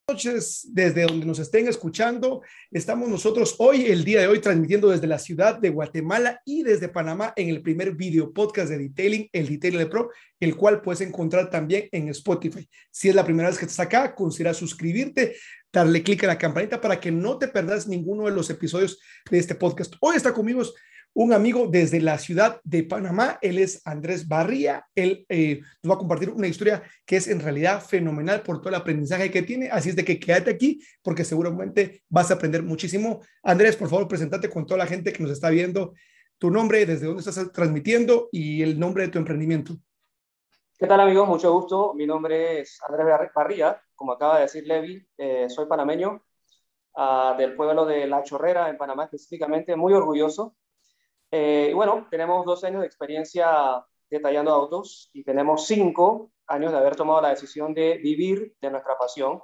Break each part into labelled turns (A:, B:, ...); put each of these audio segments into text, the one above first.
A: Noches desde donde nos estén escuchando. Estamos nosotros hoy, el día de hoy, transmitiendo desde la ciudad de Guatemala y desde Panamá en el primer video podcast de Detailing, el Detailing Pro, el cual puedes encontrar también en Spotify. Si es la primera vez que estás acá, considera suscribirte, darle clic a la campanita para que no te perdas ninguno de los episodios de este podcast. Hoy está conmigo un amigo desde la ciudad de Panamá. Él es Andrés Barría. Él nos va a compartir una historia que es en realidad fenomenal por todo el aprendizaje que tiene. Así es de que quédate aquí porque seguramente vas a aprender muchísimo. Andrés, por favor, preséntate con toda la gente que nos está viendo. Tu nombre, desde dónde estás transmitiendo y el nombre de tu emprendimiento.
B: ¿Qué tal, amigos? Mucho gusto. Mi nombre es Andrés Barría. Como acaba de decir Levi, soy panameño, del pueblo de La Chorrera, en Panamá específicamente. Muy orgulloso. Y bueno, tenemos 2 años de experiencia detallando autos y tenemos 5 años de haber tomado la decisión de vivir de nuestra pasión.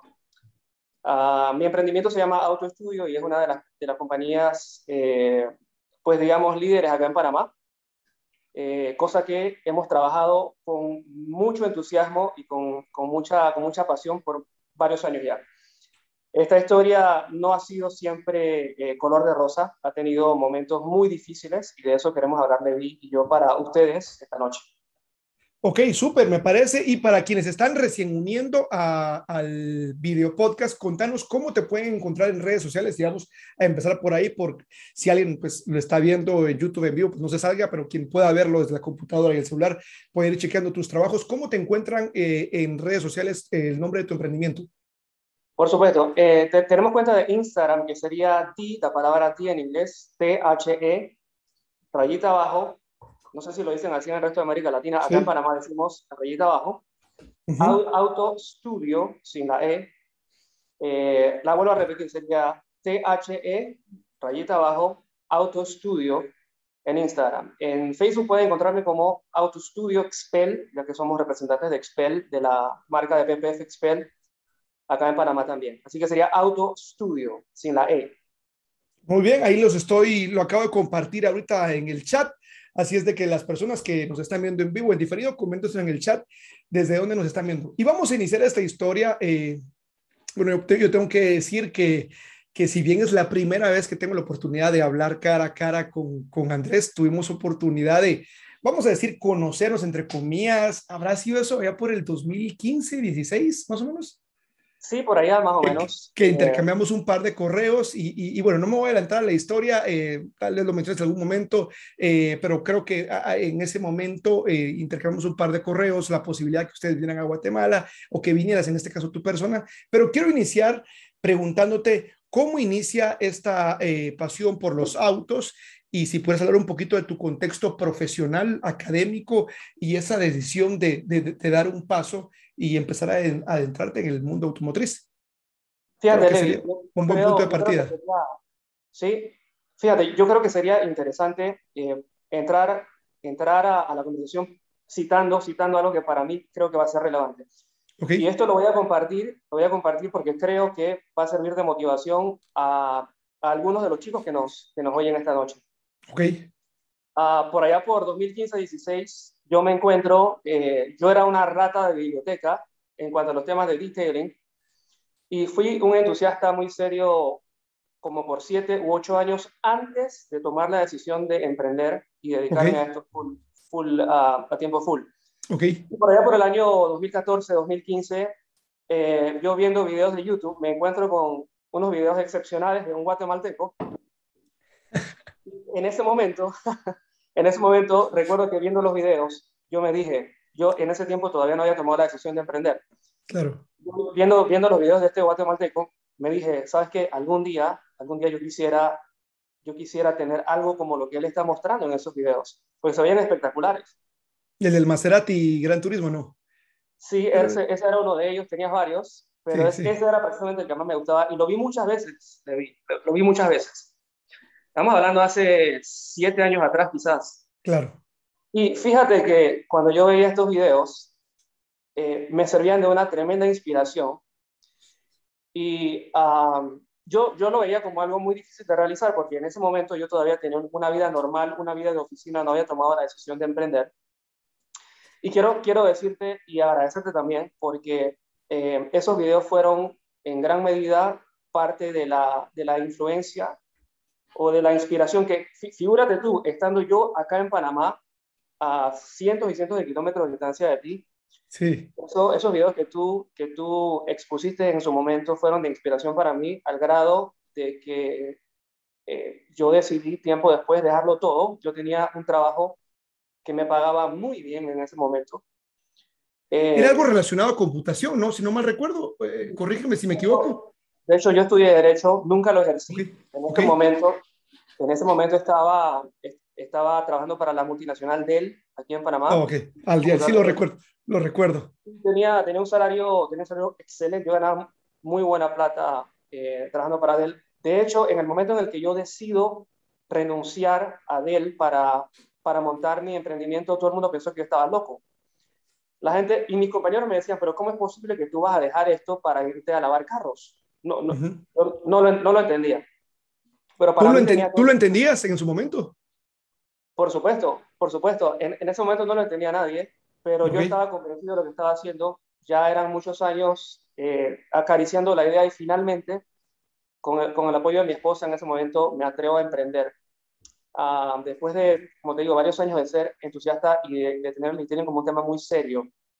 B: Mi emprendimiento se llama Auto Estudio y es una de las compañías, pues digamos, líderes acá en Panamá. Cosa que hemos trabajado con mucho entusiasmo y con mucha pasión por varios años ya. Esta historia no ha sido siempre color de rosa, ha tenido momentos muy difíciles y de eso queremos hablar Levi y yo para ustedes esta noche.
A: Ok, súper, me parece. Y para quienes están recién uniendo al video podcast, contanos cómo te pueden encontrar en redes sociales. Y vamos a empezar por ahí, por si alguien pues, lo está viendo en YouTube en vivo, pues no se salga, pero quien pueda verlo desde la computadora y el celular puede ir chequeando tus trabajos. ¿Cómo te encuentran en redes sociales el nombre de tu emprendimiento?
B: Por supuesto, tenemos cuenta de Instagram que sería T, la palabra T en inglés, T-H-E, rayita abajo. No sé si lo dicen así en el resto de América Latina. Acá en
A: Sí.
B: Panamá decimos rayita abajo.
A: Uh-huh.
B: Auto Studio, sin la E. La vuelvo a repetir, sería T-H-E, rayita abajo, Auto Studio en Instagram. En Facebook pueden encontrarme como Auto Studio Expel, ya que somos representantes de Expel, de la marca de PPF Expel, acá en Panamá también. Así que sería Auto Studio, sin la E.
A: Muy bien, ahí lo acabo de compartir ahorita en el chat. Así es de que las personas que nos están viendo en vivo, en diferido, comenten en el chat desde dónde nos están viendo. Y vamos a iniciar esta historia. Bueno, yo tengo que decir que si bien es la primera vez que tengo la oportunidad de hablar cara a cara con Andrés, tuvimos oportunidad de, vamos a decir, conocernos entre comillas. ¿Habrá sido eso ya por el 2015, 16, más o menos?
B: Sí, por allá más o menos.
A: Que intercambiamos un par de correos y bueno, no me voy a adelantar a la historia, tal vez lo menciones en algún momento, pero creo que en ese momento intercambiamos un par de correos, la posibilidad que ustedes vinieran a Guatemala o que vinieras, en este caso tu persona, pero quiero iniciar preguntándote cómo inicia esta pasión por los autos y si puedes hablar un poquito de tu contexto profesional, académico y esa decisión de dar un paso y empezar a adentrarte en el mundo automotriz. Creo
B: Fíjate,
A: que
B: Levi,
A: sería un buen punto de
B: yo creo que
A: partida.
B: sería, sí, fíjate, yo creo que sería interesante entrar a la conversación citando algo que para mí creo que va a ser relevante.
A: Ok,
B: Y esto lo voy a compartir porque creo que va a servir de motivación a algunos de los chicos que nos oyen esta noche.
A: ok,
B: Por allá por 2015-16, yo me encuentro, yo era una rata de biblioteca en cuanto a los temas de detailing y fui un entusiasta muy serio como por 7 u 8 años antes de tomar la decisión de emprender y
A: ok,
B: dedicarme a esto a tiempo full.
A: ok.
B: Y por allá por el año 2014-2015, yo viendo videos de YouTube, me encuentro con unos videos excepcionales de un guatemalteco. En ese momento, en ese momento, recuerdo que viendo los videos, yo me dije, yo en ese tiempo todavía no había tomado la decisión de emprender.
A: Claro.
B: Viendo los videos de este guatemalteco, me dije, ¿sabes qué? Algún día yo quisiera tener algo como lo que él está mostrando en esos videos, pues se veían espectaculares.
A: El del Maserati Gran Turismo, no.
B: Sí,
A: Pero,
B: ese era uno de ellos, tenías varios, pero
A: sí,
B: ese
A: sí,
B: era precisamente el que más me gustaba y lo vi muchas veces, lo vi muchas veces. Estamos hablando hace 7 años atrás quizás.
A: claro.
B: Y fíjate que cuando yo veía estos videos, me servían de una tremenda inspiración y yo lo veía como algo muy difícil de realizar porque en ese momento yo todavía tenía una vida normal, una vida de oficina, no había tomado la decisión de emprender. Y quiero decirte y agradecerte también porque esos videos fueron en gran medida parte de la influencia o de la inspiración que, figúrate tú, estando yo acá en Panamá, a cientos y cientos de kilómetros de distancia de ti,
A: Sí.
B: esos videos que tú expusiste en su momento fueron de inspiración para mí al grado de que yo decidí tiempo después dejarlo todo. Yo tenía un trabajo que me pagaba muy bien en ese momento.
A: Era algo
B: Eh,
A: relacionado a computación, ¿no? Si no mal recuerdo, corrígeme si me equivoco.
B: de hecho, yo estudié Derecho, nunca lo
A: Ok,
B: ejercí.
A: ok.
B: En ese momento estaba trabajando para la multinacional Dell aquí en
A: Oh,
B: Panamá.
A: ok, al día, sí lo recuerdo, lo recuerdo.
B: Tenía un salario excelente, yo ganaba muy buena plata trabajando para Dell. De hecho, en el momento en el que yo decido renunciar a Dell para montar mi emprendimiento, todo el mundo pensó que yo estaba loco. La gente y mis compañeros me decían, pero ¿cómo es posible que tú vas a dejar esto para irte a lavar carros?
A: Ujú.
B: No lo entendía. Pero para mí tenía
A: ¿Tú lo
B: todo.
A: entendías en su momento?
B: Por supuesto. En ese momento no lo entendía nadie, pero
A: Ok,
B: yo estaba convencido de lo que estaba haciendo. Ya eran muchos años acariciando la idea y finalmente, con el apoyo de mi esposa en ese momento, me atrevo a emprender. Después de, como te digo, varios años de ser entusiasta y de tener el LinkedIn como un tema muy serio.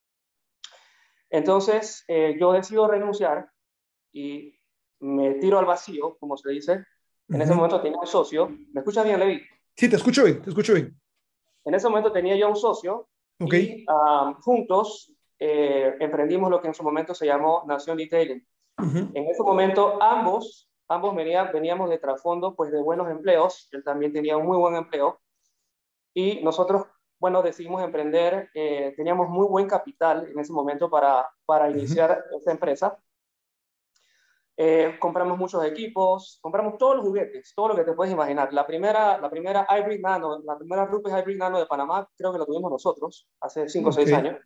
B: Entonces, yo decido renunciar y me tiro al vacío, como se dice. En ese
A: ujú.
B: momento tenía un socio. ¿Me escuchas bien, Levi?
A: Sí, te escucho bien, te escucho bien.
B: En ese momento tenía yo un socio
A: Ok,
B: y juntos emprendimos lo que en su momento se llamó Nación Detailing.
A: ujú.
B: En ese momento ambos veníamos de trasfondo pues de buenos empleos, él también tenía un muy buen empleo y nosotros, bueno, decidimos emprender, teníamos muy buen capital en ese momento para
A: Ujú.
B: iniciar esta empresa. Compramos muchos equipos, compramos todos los juguetes, todo lo que te puedes imaginar. La primera Hybrid Nano, la primera Rupes Hybrid Nano de Panamá, creo que lo tuvimos nosotros hace 5 o
A: Ok,
B: 6 años.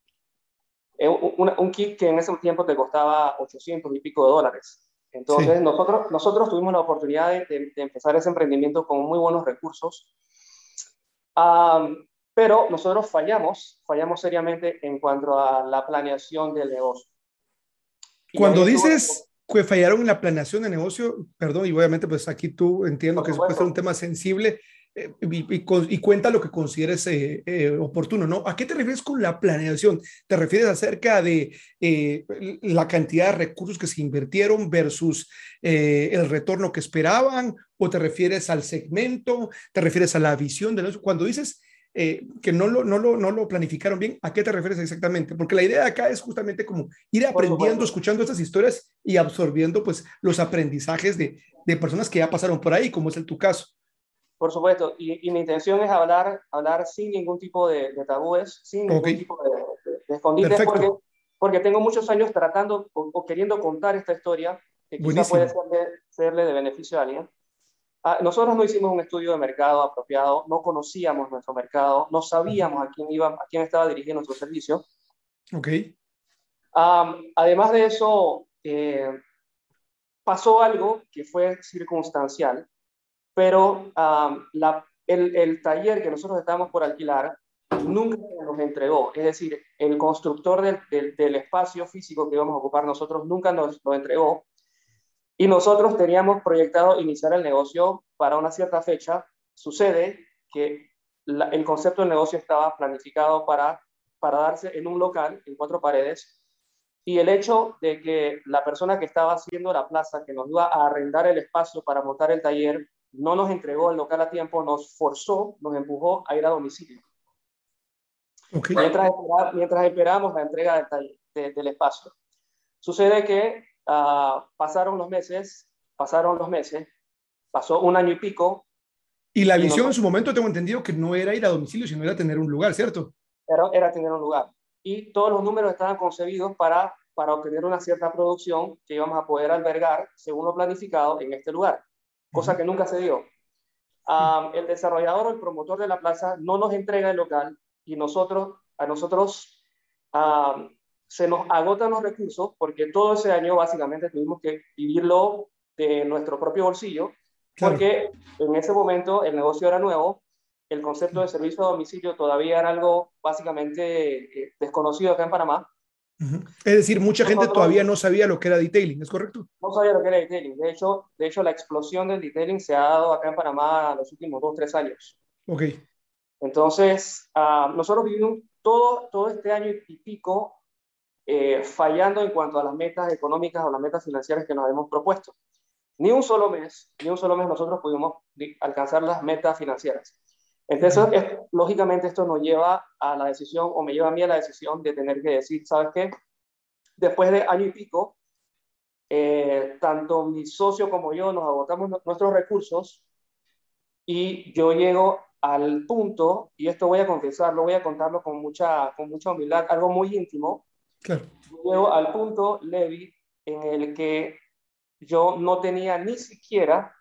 B: Un kit que en ese tiempo te costaba 800 y pico de dólares. Entonces,
A: sí.
B: nosotros tuvimos la oportunidad de empezar ese emprendimiento con muy buenos recursos. Um, pero nosotros fallamos seriamente en cuanto a la planeación del negocio. Y ahí
A: Cuando
B: estuvo,
A: dices que fallaron en la planeación de negocio, perdón, y obviamente pues aquí tú entiendo
B: por
A: que eso puede ser un
B: supuesto,
A: tema sensible y cuenta lo que consideres oportuno, ¿no? ¿A qué te refieres con la planeación? ¿Te refieres acerca de la cantidad de recursos que se invirtieron versus el retorno que esperaban? ¿O te refieres al segmento? ¿Te refieres a la visión de negocio? Cuando dices que no lo planificaron bien, ¿a qué te refieres exactamente? Porque la idea de acá es justamente como ir
B: por
A: aprendiendo,
B: supuesto.
A: escuchando estas historias y absorbiendo pues los aprendizajes de personas que ya pasaron por ahí, como es el tu caso.
B: Por supuesto, y mi intención es hablar sin ningún tipo de tabúes, sin
A: Ok,
B: ningún tipo de escondites,
A: perfecto,
B: porque tengo muchos años tratando o queriendo contar esta historia que quizá puede
A: buenísimo.
B: serle de beneficio a alguien. Nosotros no hicimos un estudio de mercado apropiado, no conocíamos nuestro mercado, no sabíamos a quién estaba dirigiendo nuestro servicio.
A: Ok,
B: Además de eso, pasó algo que fue circunstancial, pero el taller que nosotros estábamos por alquilar nunca nos entregó. Es decir, el constructor del espacio físico que íbamos a ocupar nosotros nunca nos lo entregó. Y nosotros teníamos proyectado iniciar el negocio para una cierta fecha. Sucede que el concepto del negocio estaba planificado para darse en un local, en 4 paredes, y el hecho de que la persona que estaba haciendo la plaza, que nos iba a arrendar el espacio para montar el taller, no nos entregó el local a tiempo, nos forzó, nos empujó a ir a domicilio.
A: ok.
B: Mientras esperábamos la entrega del espacio. Sucede que pasaron los meses, pasó un año y pico,
A: Y la
B: y
A: visión en
B: nosotros
A: su momento tengo entendido que no era ir a domicilio, sino era tener un lugar, ¿cierto?
B: era tener un lugar. Y todos los números estaban concebidos para obtener una cierta producción que íbamos a poder albergar, según lo planificado, en este lugar, cosa
A: Ujú.
B: que nunca se dio. El desarrollador o el promotor de la plaza no nos entrega el local y a nosotros se nos agotan los recursos porque todo ese año básicamente tuvimos que vivirlo de nuestro propio bolsillo
A: Claro.
B: porque en ese momento el negocio era nuevo, el concepto de servicio a domicilio todavía era algo básicamente desconocido acá en Panamá
A: Ujú. Es decir, mucha gente
B: Nosotros
A: todavía no sabía lo que era detailing, ¿es correcto?
B: no sabía lo que era detailing. De hecho, la explosión del detailing se ha dado acá en Panamá los últimos 2, 3 años.
A: Ok.
B: Entonces, nosotros vivimos todo este año y pico fallando en cuanto a las metas económicas o las metas financieras que nos hemos propuesto. Ni un solo mes nosotros pudimos alcanzar las metas financieras. Entonces,
A: Ok.
B: lógicamente esto nos lleva a la decisión, o me lleva a mí a la decisión de tener que decir, ¿sabes qué? Después de año y pico, tanto mi socio como yo nos agotamos nuestros recursos y yo llego al punto, y esto voy a confesarlo, voy a contarlo con mucha humildad, algo muy íntimo.
A: Claro.
B: Llego al punto, Levi, en el que yo no tenía ni siquiera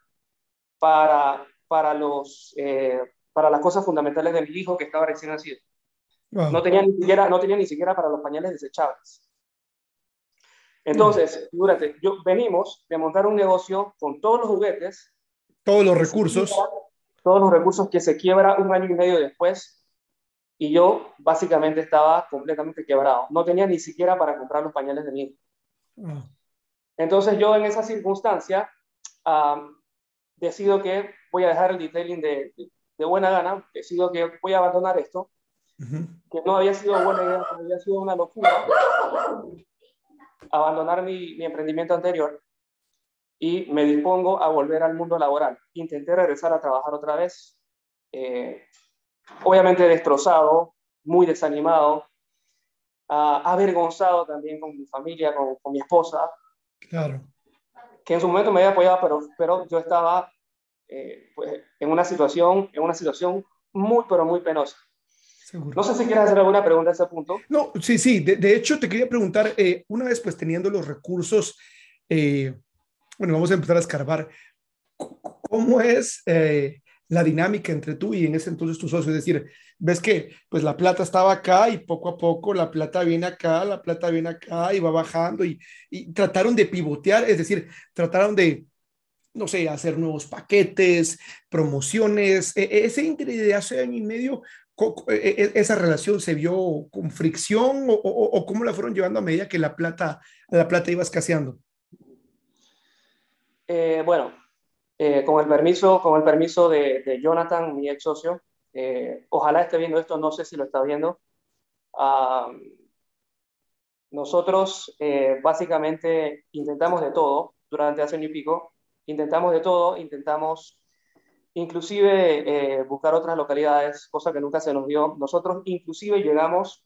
B: para las cosas fundamentales de mi hijo que estaba recién nacido. No
A: Wow.
B: tenía ni siquiera para los pañales desechables.
A: No.
B: Entonces, venimos de montar un negocio con todos los juguetes
A: Todos los
B: que se quiebra,
A: recursos.
B: todos los recursos que se quiebra un año y medio después, y yo básicamente estaba completamente quebrado. No tenía ni siquiera para comprar los pañales de mi hijo.
A: Wow.
B: Entonces yo en esa circunstancia um, decido que voy a dejar el detailing de buena gana, decido que voy a abandonar esto,
A: Ujú.
B: que no había sido buena idea, que había sido una locura, abandonar mi emprendimiento anterior y me dispongo a volver al mundo laboral. Intenté regresar a trabajar otra vez, eh, obviamente destrozado, muy desanimado, avergonzado también con mi familia, con mi esposa,
A: Claro.
B: que en su momento me había apoyado, pero yo estaba pues, en una situación muy, pero muy penosa.
A: Seguro.
B: No sé si quieres hacer alguna pregunta a ese punto.
A: No, sí, sí. De hecho, te quería preguntar, una vez pues teniendo los recursos, eh, bueno, vamos a empezar a escarbar. ¿Cómo es la dinámica entre tú y en ese entonces tu socio? Es decir, ves que pues la plata estaba acá y poco a poco la plata viene acá, la plata viene acá y va bajando y trataron de pivotear, es decir, trataron de, no sé, hacer nuevos paquetes, promociones. Ese entre de hace año y medio, esa relación se vio con fricción o cómo la fueron llevando a medida que la plata iba escaseando.
B: Bueno, con el permiso de Jonathan, mi ex socio, ojalá esté viendo esto, no sé si lo está viendo. Ah, Nosotros básicamente intentamos de todo durante hace año y pico, intentamos de todo, intentamos inclusive buscar otras localidades, cosa que nunca se nos dio. Nosotros inclusive llegamos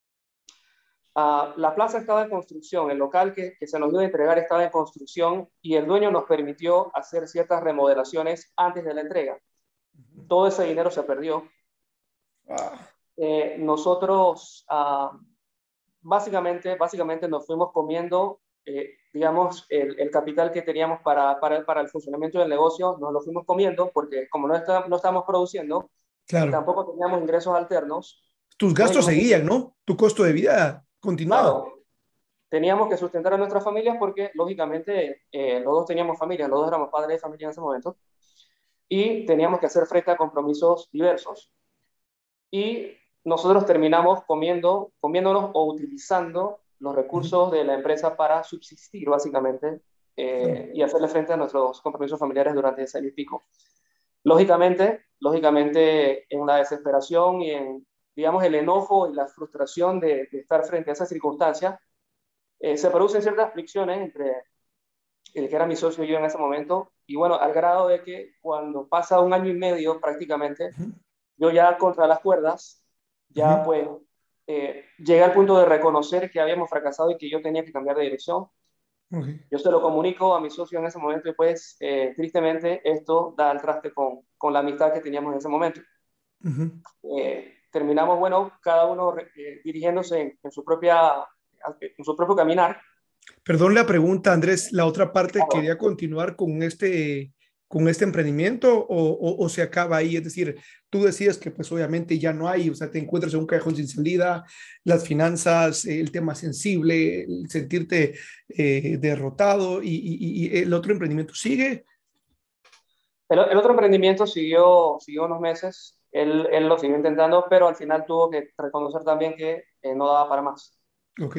B: a la plaza estaba en construcción, el local que se nos dio de entregar estaba en construcción y el dueño nos permitió hacer ciertas remodelaciones antes de la entrega. Todo ese dinero se perdió.
A: Ah,
B: Nosotros básicamente nos fuimos comiendo, digamos, el capital que teníamos para el funcionamiento del negocio, nos lo fuimos comiendo porque como no estamos produciendo y
A: claro.
B: tampoco teníamos ingresos alternos,
A: Tus gastos
B: lógicamente,
A: seguían, ¿no? Tu costo de vida continuaba.
B: claro, teníamos que sustentar a nuestras familias porque lógicamente los dos teníamos familia, los dos éramos padres de familia en ese momento y teníamos que hacer frente a compromisos diversos. Y nosotros terminamos comiéndonos o utilizando los
A: Ujú.
B: recursos de la empresa para subsistir, básicamente,
A: Claro.
B: y hacerle frente a nuestros compromisos familiares durante ese año y pico. Lógicamente, en la desesperación y en, digamos, el enojo y la frustración de estar frente a esa circunstancia, se producen ciertas fricciones entre el que era mi socio y yo en ese momento, y bueno, al grado de que cuando pasa un año y medio prácticamente,
A: Ujú.
B: yo ya contra las cuerdas, ya
A: Ujú.
B: pues llegué al punto de reconocer que habíamos fracasado y que yo tenía que cambiar de dirección.
A: Ok.
B: Yo se lo comunico a mi socio en ese momento y pues tristemente esto da al traste con la amistad que teníamos en ese momento.
A: Ujú.
B: Terminamos, bueno, cada uno dirigiéndose en su propio caminar.
A: Perdón la pregunta, Andrés. La otra parte, ¿quería continuar con este emprendimiento o se acaba ahí? Es decir, tú decías que pues obviamente ya no hay, o sea, te encuentras en un cajón sin salida, las finanzas, el tema sensible, el sentirte derrotado y el otro emprendimiento sigue.
B: El otro emprendimiento siguió unos meses, él lo siguió intentando, pero al final tuvo que reconocer también que no daba para más.
A: Ok.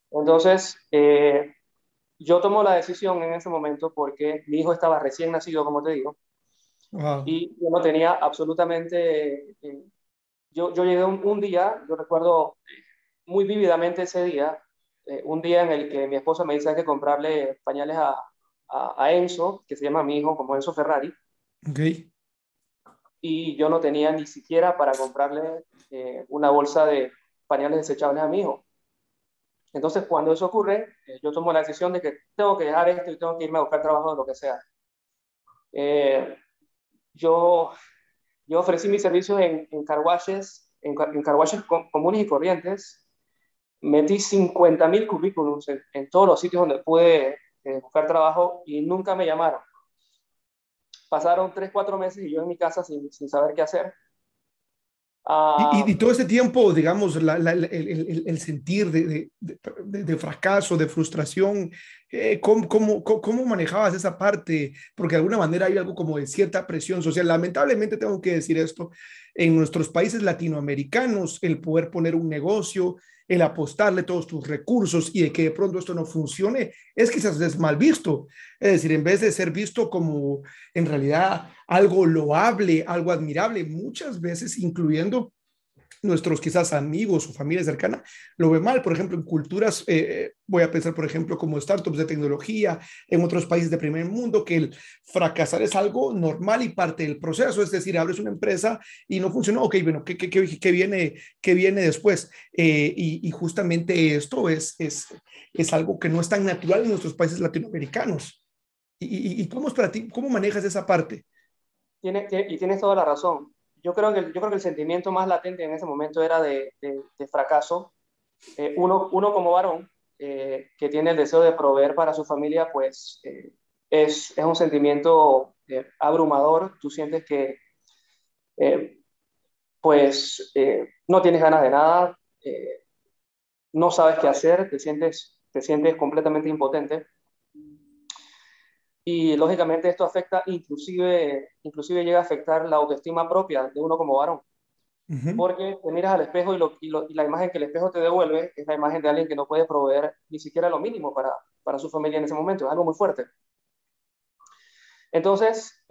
B: Entonces, yo tomo la decisión en ese momento porque mi hijo estaba recién nacido, como te digo,
A: Wow.
B: y yo no tenía absolutamente... yo llegué un día, yo recuerdo muy vívidamente ese día, un día en el que mi esposa me dice hay que comprarle pañales a Enzo, que se llama mi hijo como Enzo Ferrari,
A: Ok.
B: y yo no tenía ni siquiera para comprarle una bolsa de pañales desechables a mi hijo. Entonces, cuando eso ocurre, yo tomo la decisión de que tengo que dejar esto y tengo que irme a buscar trabajo de lo que sea. Eh, yo, yo ofrecí mis servicios en carwaches, en carwaches comunes y corrientes. Metí 50.000 currículums en todos los sitios donde pude buscar trabajo y nunca me llamaron. Pasaron 3 4 meses y yo en mi casa sin saber qué hacer.
A: Y
B: Ah,
A: todo este tiempo, digamos, el sentir de fracaso, de frustración, ¿cómo manejabas esa parte? Porque de alguna manera hay algo como de cierta presión social. Lamentablemente tengo que decir esto, en nuestros países latinoamericanos, el poder poner un negocio, el apostarle todos tus recursos y de que de pronto esto no funcione, es quizás es mal visto. Es decir, en vez de ser visto como en realidad algo loable, algo admirable, muchas veces incluyendo nuestros quizás amigos o familia cercana lo ve mal. Por ejemplo, en culturas, voy a pensar, por ejemplo, como startups de tecnología, en otros países de primer mundo, que el fracasar es algo normal y parte del proceso. Es decir, abres una empresa y no funcionó, ok, bueno, qué viene después? Y justamente esto es algo que no es tan natural en nuestros países latinoamericanos. ¿Y cómo es para ti? ¿Cómo manejas esa parte?
B: y tienes toda la razón. Yo creo que el sentimiento más latente en ese momento era de fracaso. Uno como varón que tiene el deseo de proveer para su familia, pues es un sentimiento abrumador. Tú sientes que eh, pues no tienes ganas de nada, no sabes qué hacer, te sientes completamente impotente. Y lógicamente esto afecta, inclusive llega a afectar la autoestima propia de uno como varón,
A: Uh -huh.
B: porque te miras al espejo y la imagen que el espejo te devuelve es la imagen de alguien que no puede proveer ni siquiera lo mínimo para su familia en ese momento, es algo muy fuerte. Entonces,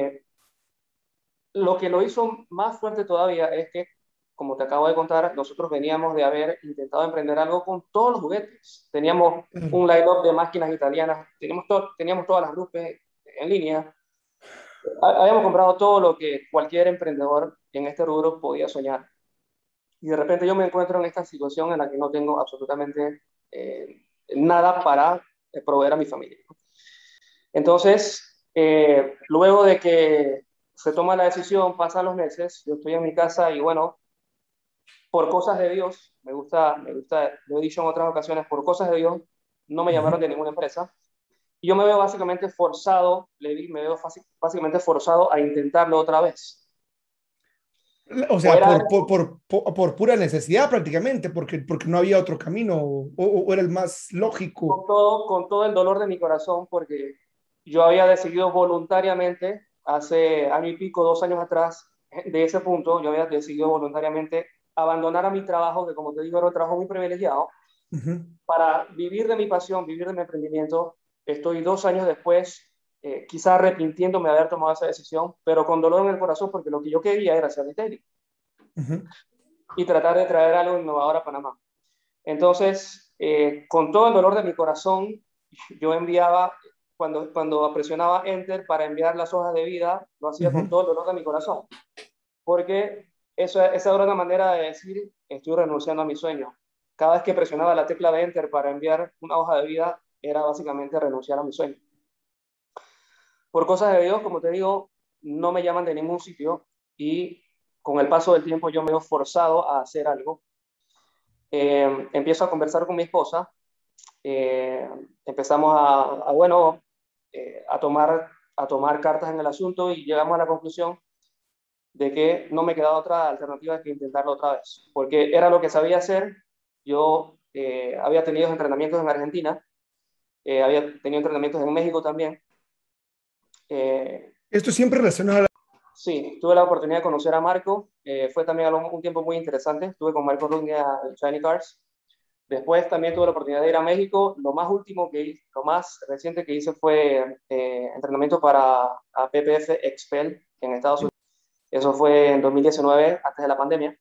B: lo que lo hizo más fuerte todavía es que, como te acabo de contar, nosotros veníamos de haber intentado emprender algo con todos los juguetes. Teníamos
A: Claro.
B: un line-up de máquinas italianas, teníamos todas las luces en línea. Habíamos comprado todo lo que cualquier emprendedor en este rubro podía soñar. Y de repente yo me encuentro en esta situación en la que no tengo absolutamente nada para proveer a mi familia. Entonces, luego de que se toma la decisión, pasan los meses, yo estoy en mi casa y bueno, por cosas de Dios, lo he dicho en otras ocasiones, por cosas de Dios, no me
A: Uh -huh.
B: llamaron de ninguna empresa. Y yo me veo básicamente forzado, Levi, me veo básicamente forzado a intentarlo otra vez.
A: O
B: O
A: sea,
B: era
A: por pura necesidad prácticamente, porque no había otro camino o era el más lógico.
B: con todo el dolor de mi corazón, porque yo había decidido voluntariamente, hace año y pico, 2 años atrás, de ese punto, yo había decidido voluntariamente abandonar a mi trabajo, que como te digo era un trabajo muy privilegiado,
A: Uh -huh.
B: para vivir de mi pasión, vivir de mi emprendimiento. Estoy 2 años después, quizá arrepintiéndome de haber tomado esa decisión, pero con dolor en el corazón, porque lo que yo quería era hacer retail
A: Uh -huh.
B: y tratar de traer algo innovador a Panamá. Entonces, con todo el dolor de mi corazón, yo enviaba, cuando presionaba Enter para enviar las hojas de vida, lo
A: Uh
B: hacía con
A: -huh.
B: todo el dolor de mi corazón, porque esa era una manera de decir, estoy renunciando a mi sueño. Cada vez que presionaba la tecla de Enter para enviar una hoja de vida, era básicamente renunciar a mi sueño. Por cosas de Dios, como te digo, no me llaman de ningún sitio y con el paso del tiempo yo me veo forzado a hacer algo. Empiezo a conversar con mi esposa, eh, empezamos bueno, a tomar cartas en el asunto y llegamos a la conclusión de que no me quedaba otra alternativa que intentarlo otra vez, porque era lo que sabía hacer. Yo había tenido entrenamientos en Argentina, había tenido entrenamientos en México también. Eh,
A: Esto siempre relacionado a la...
B: sí, tuve la oportunidad de conocer a Marco, fue también un tiempo muy interesante, estuve con Marco Ruggia en Shiny Cars. Después también tuve la oportunidad de ir a México. Lo más reciente que hice fue entrenamiento para a PPF Expel en Estados Unidos. Eso fue en 2019, antes de la pandemia.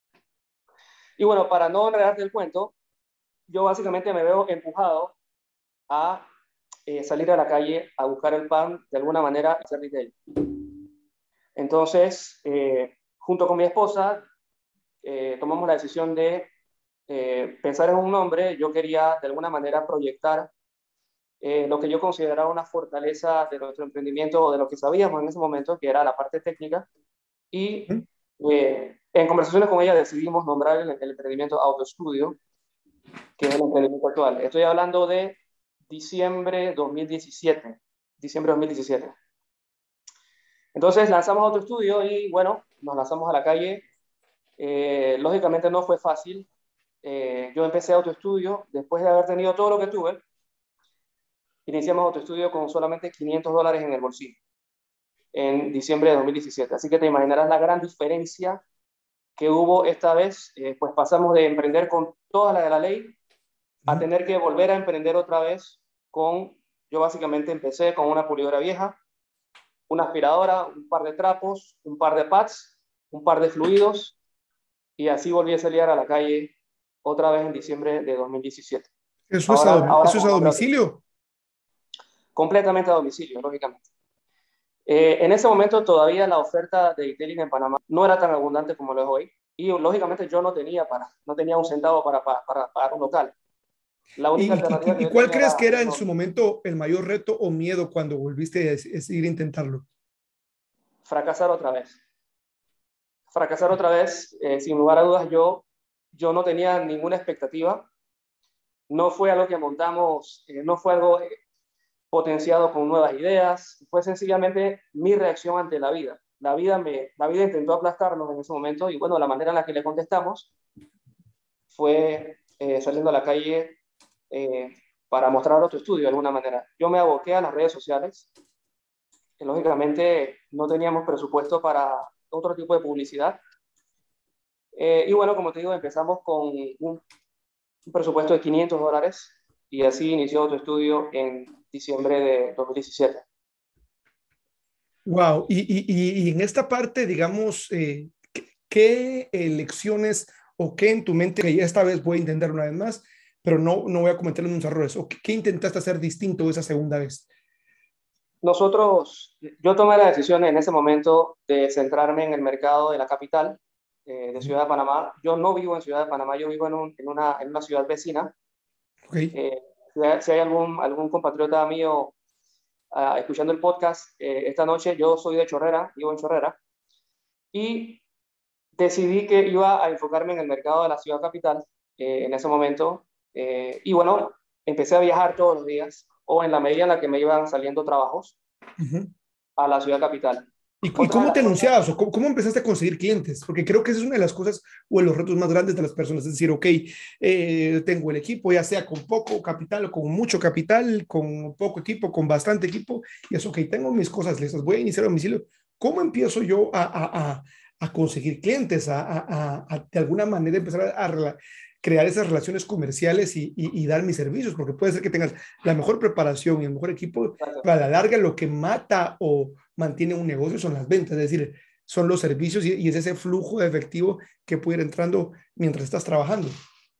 B: Y bueno, para no enredarte el cuento, yo básicamente me veo empujado a salir a la calle a buscar el pan de alguna manera y hacer retail. Entonces, junto con mi esposa, tomamos la decisión de pensar en un nombre. Yo quería de alguna manera proyectar lo que yo consideraba una fortaleza de nuestro emprendimiento o de lo que sabíamos en ese momento, que era la parte técnica. Y en conversaciones con ella decidimos nombrar el emprendimiento Autoestudio, que es el emprendimiento actual. Estoy hablando de diciembre 2017. Diciembre 2017. Entonces lanzamos Autoestudio y bueno, nos lanzamos a la calle. Lógicamente no fue fácil. Yo empecé Autoestudio después de haber tenido todo lo que tuve. Iniciamos Autoestudio con solamente $500 en el bolsillo en diciembre de 2017. Así que te imaginarás la gran diferencia que hubo esta vez. Pues pasamos de emprender con toda la de la ley a tener que volver a emprender otra vez yo básicamente empecé con una pulidora vieja, una aspiradora, un par de trapos, un par de pads, un par de fluidos, y así volví a salir a la calle otra vez en diciembre de 2017. Ahora
A: Eso es a
B: con otra,
A: domicilio.
B: completamente a domicilio, lógicamente. En ese momento todavía la oferta de detailing en Panamá no era tan abundante como lo es hoy, y lógicamente yo no tenía un centavo para pagar un local. La única alternativa que
A: Y
B: yo
A: cuál
B: tenía
A: crees
B: era
A: que era en su
B: irme.
A: momento el mayor reto o miedo cuando volviste a decidir intentarlo?
B: Fracasar otra vez. Fracasar otra vez, sin lugar a dudas, yo no tenía ninguna expectativa. No fue algo que montamos, no fue algo potenciado con nuevas ideas, fue sencillamente mi reacción ante la vida. La vida intentó aplastarnos en ese momento y bueno, la manera en la que le contestamos fue saliendo a la calle eh, para mostrar otro estudio de alguna manera. Yo me aboqué a las redes sociales, que lógicamente no teníamos presupuesto para otro tipo de publicidad. Y bueno, como te digo, empezamos con un presupuesto de $500 y así inició otro estudio en diciembre de 2017.
A: Wow. Y en esta parte, digamos, ¿qué lecciones o qué en tu mente, que ya esta vez voy a intentar una vez más, pero no voy a cometer unos errores? ¿O qué intentaste hacer distinto esa segunda vez?
B: Yo tomé la decisión en ese momento de centrarme en el mercado de la capital, de Ciudad de Panamá. Yo no vivo en Ciudad de Panamá, yo vivo en una ciudad vecina.
A: Ok.
B: Si hay algún compatriota mío escuchando el podcast esta noche, yo soy de Chorrera, vivo en Chorrera, y decidí que iba a enfocarme en el mercado de la ciudad capital en ese momento. Y bueno, empecé a viajar todos los días o en la medida en la que me iban saliendo trabajos
A: Ujú.
B: a la ciudad capital.
A: ¿Y
B: Otra de
A: cómo te
B: las cosas,
A: anunciabas o cómo empezaste a conseguir clientes? Porque creo que esa es una de las cosas o de los retos más grandes de las personas. Es decir, ok, tengo el equipo, ya sea con poco capital o con mucho capital, con poco equipo, con bastante equipo, y es ok, tengo mis cosas listas, voy a iniciar a domicilio. ¿Cómo empiezo yo a conseguir clientes, de alguna manera empezar crear esas relaciones comerciales y dar mis servicios? Porque puede ser que tengas la mejor preparación y el mejor equipo, pero a la larga lo que mata o mantiene un negocio son las ventas, es decir, son los servicios y es ese flujo de efectivo que puede ir entrando mientras estás trabajando.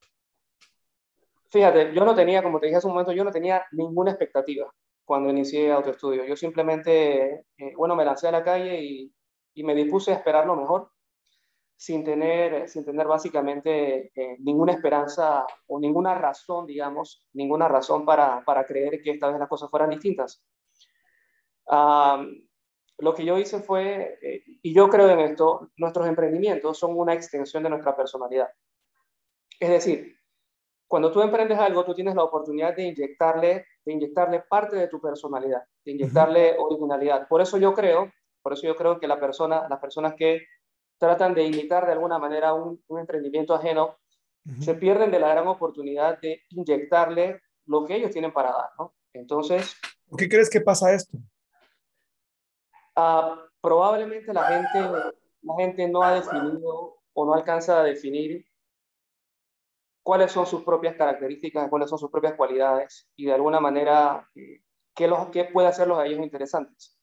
B: fíjate, yo no tenía, como te dije hace un momento, yo no tenía ninguna expectativa cuando inicié autoestudio. Yo simplemente, bueno, me lancé a la calle y me dispuse a esperar lo mejor, sin tener básicamente ninguna esperanza o ninguna razón, digamos, ninguna razón para creer que esta vez las cosas fueran distintas. Ah, lo que yo hice fue, y yo creo en esto, nuestros emprendimientos son una extensión de nuestra personalidad. Es decir, cuando tú emprendes algo, tú tienes la oportunidad de inyectarle parte de tu personalidad, de
A: Uh -huh.
B: inyectarle originalidad. Por eso yo creo que las personas que tratan de imitar de alguna manera un emprendimiento ajeno,
A: Uh -huh.
B: se pierden de la gran oportunidad de inyectarle lo que ellos tienen para dar, ¿no? Entonces,
A: ¿Por qué crees que pasa esto?
B: probablemente la gente no ha definido o no alcanza a definir cuáles son sus propias características, cuáles son sus propias cualidades y de alguna manera qué puede hacerlos a ellos interesantes.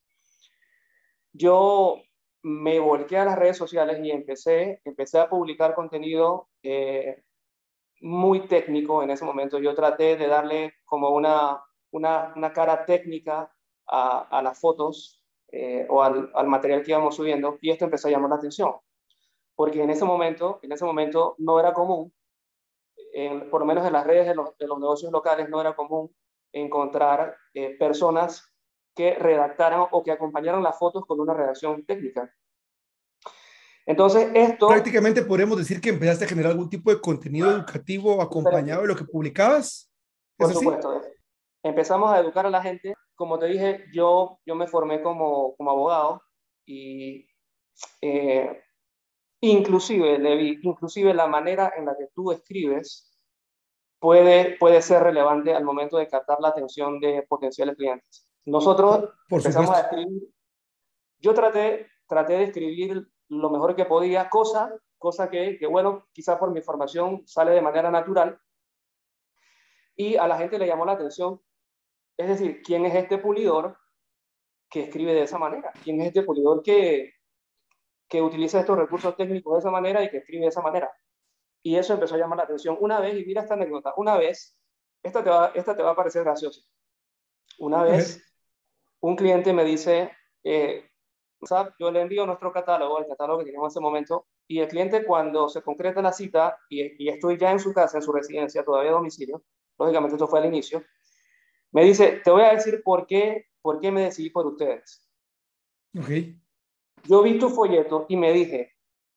B: Yo me volqué a las redes sociales y empecé a publicar contenido muy técnico en ese momento. Yo traté de darle como una cara técnica a las fotos o al material que íbamos subiendo, y esto empezó a llamar la atención, porque en ese momento no era común, por lo menos en las redes de los negocios locales, no era común encontrar personas que redactaran o que acompañaran las fotos con una redacción técnica. Entonces, esto...
A: Prácticamente podemos decir que empezaste a generar algún tipo de contenido educativo acompañado de lo que publicabas. ¿Es
B: Por
A: así?
B: supuesto, empezamos a educar a la gente. Como te dije, yo me formé como abogado y eh, inclusive, Levi, inclusive la manera en la que tú escribes puede ser relevante al momento de captar la atención de potenciales clientes. Nosotros
A: Por
B: empezamos a
A: supuesto.
B: escribir, yo traté de escribir lo mejor que podía, cosa que, bueno, quizás por mi formación sale de manera natural, y a la gente le llamó la atención. Es decir, ¿quién es este pulidor que escribe de esa manera? ¿Quién es este pulidor que utiliza estos recursos técnicos de esa manera y que escribe de esa manera? Y eso empezó a llamar la atención. Una vez, y mira esta anécdota, una vez, esta te va a parecer graciosa. Una
A: A ver.
B: vez, un cliente me dice, yo le envío nuestro catálogo, el catálogo que teníamos en ese momento, y el cliente, cuando se concreta la cita y estoy ya en su casa, en su residencia, todavía a domicilio, lógicamente esto fue al inicio, me dice, te voy a decir por qué me decidí por ustedes.
A: Ok.
B: Yo vi tu folleto y me dije,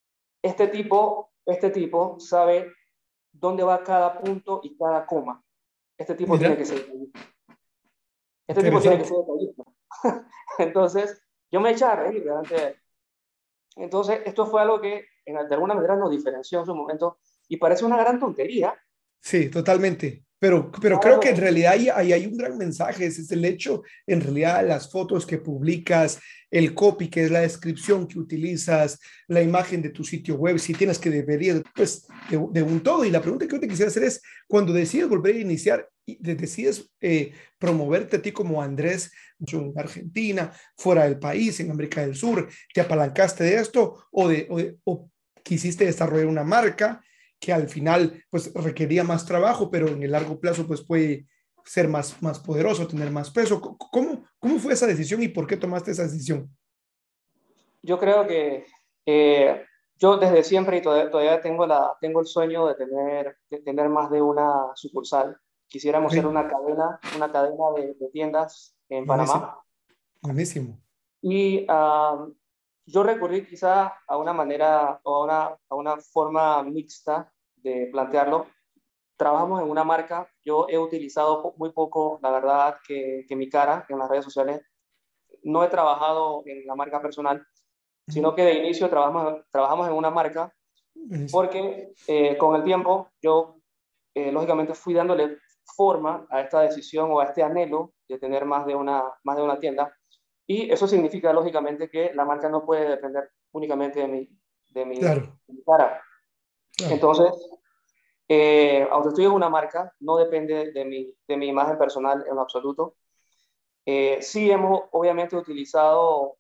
B: este tipo sabe dónde va cada punto y cada coma. Este tipo tiene que
A: Mira,
B: ser detallista. Este tipo tiene que
A: interesante.
B: ser detallista. Entonces, yo me eché a reír delante de él. Entonces, esto fue algo que de alguna manera nos diferenció en su momento y parece una gran tontería.
A: Sí, totalmente. Pero
B: Una
A: creo
B: gran
A: que en
B: tontería.
A: realidad ahí hay un gran mensaje. Ese es el hecho, en realidad, las fotos que publicas, el copy, que es la descripción que utilizas, la imagen de tu sitio web, si tienes que deberías, pues, de un todo. Y la pregunta que yo te quisiera hacer es, cuando decides volver a iniciar y decides promoverte a ti como Andrés en Argentina, fuera del país, en América del Sur, ¿te apalancaste de esto o quisiste desarrollar una marca que al final pues requería más trabajo, pero en el largo plazo pues puede ser más poderoso, tener más peso? ¿Cómo fue esa decisión y por qué tomaste esa decisión?
B: Yo creo que yo desde siempre y todavía tengo el sueño de tener más de una sucursal. Quisiéramos
A: Ok,
B: ser una cadena de tiendas en
A: buenísimo,
B: Panamá.
A: buenísimo.
B: Y yo recurrí quizá a una manera o a una forma mixta de plantearlo. Trabajamos en una marca. Yo he utilizado muy poco, la verdad, que mi cara en las redes sociales. No he trabajado en la marca personal,
A: Ujú,
B: sino que de inicio trabajamos en una marca
A: buenísimo.
B: porque con el tiempo yo, lógicamente, fui dándole forma a esta decisión o a este anhelo de tener más de una tienda. Y eso significa, lógicamente, que la marca no puede depender únicamente
A: Claro,
B: de mi cara.
A: claro,
B: Entonces, aunque estoy en una marca, no depende de mi imagen personal en lo absoluto. Sí hemos, obviamente, utilizado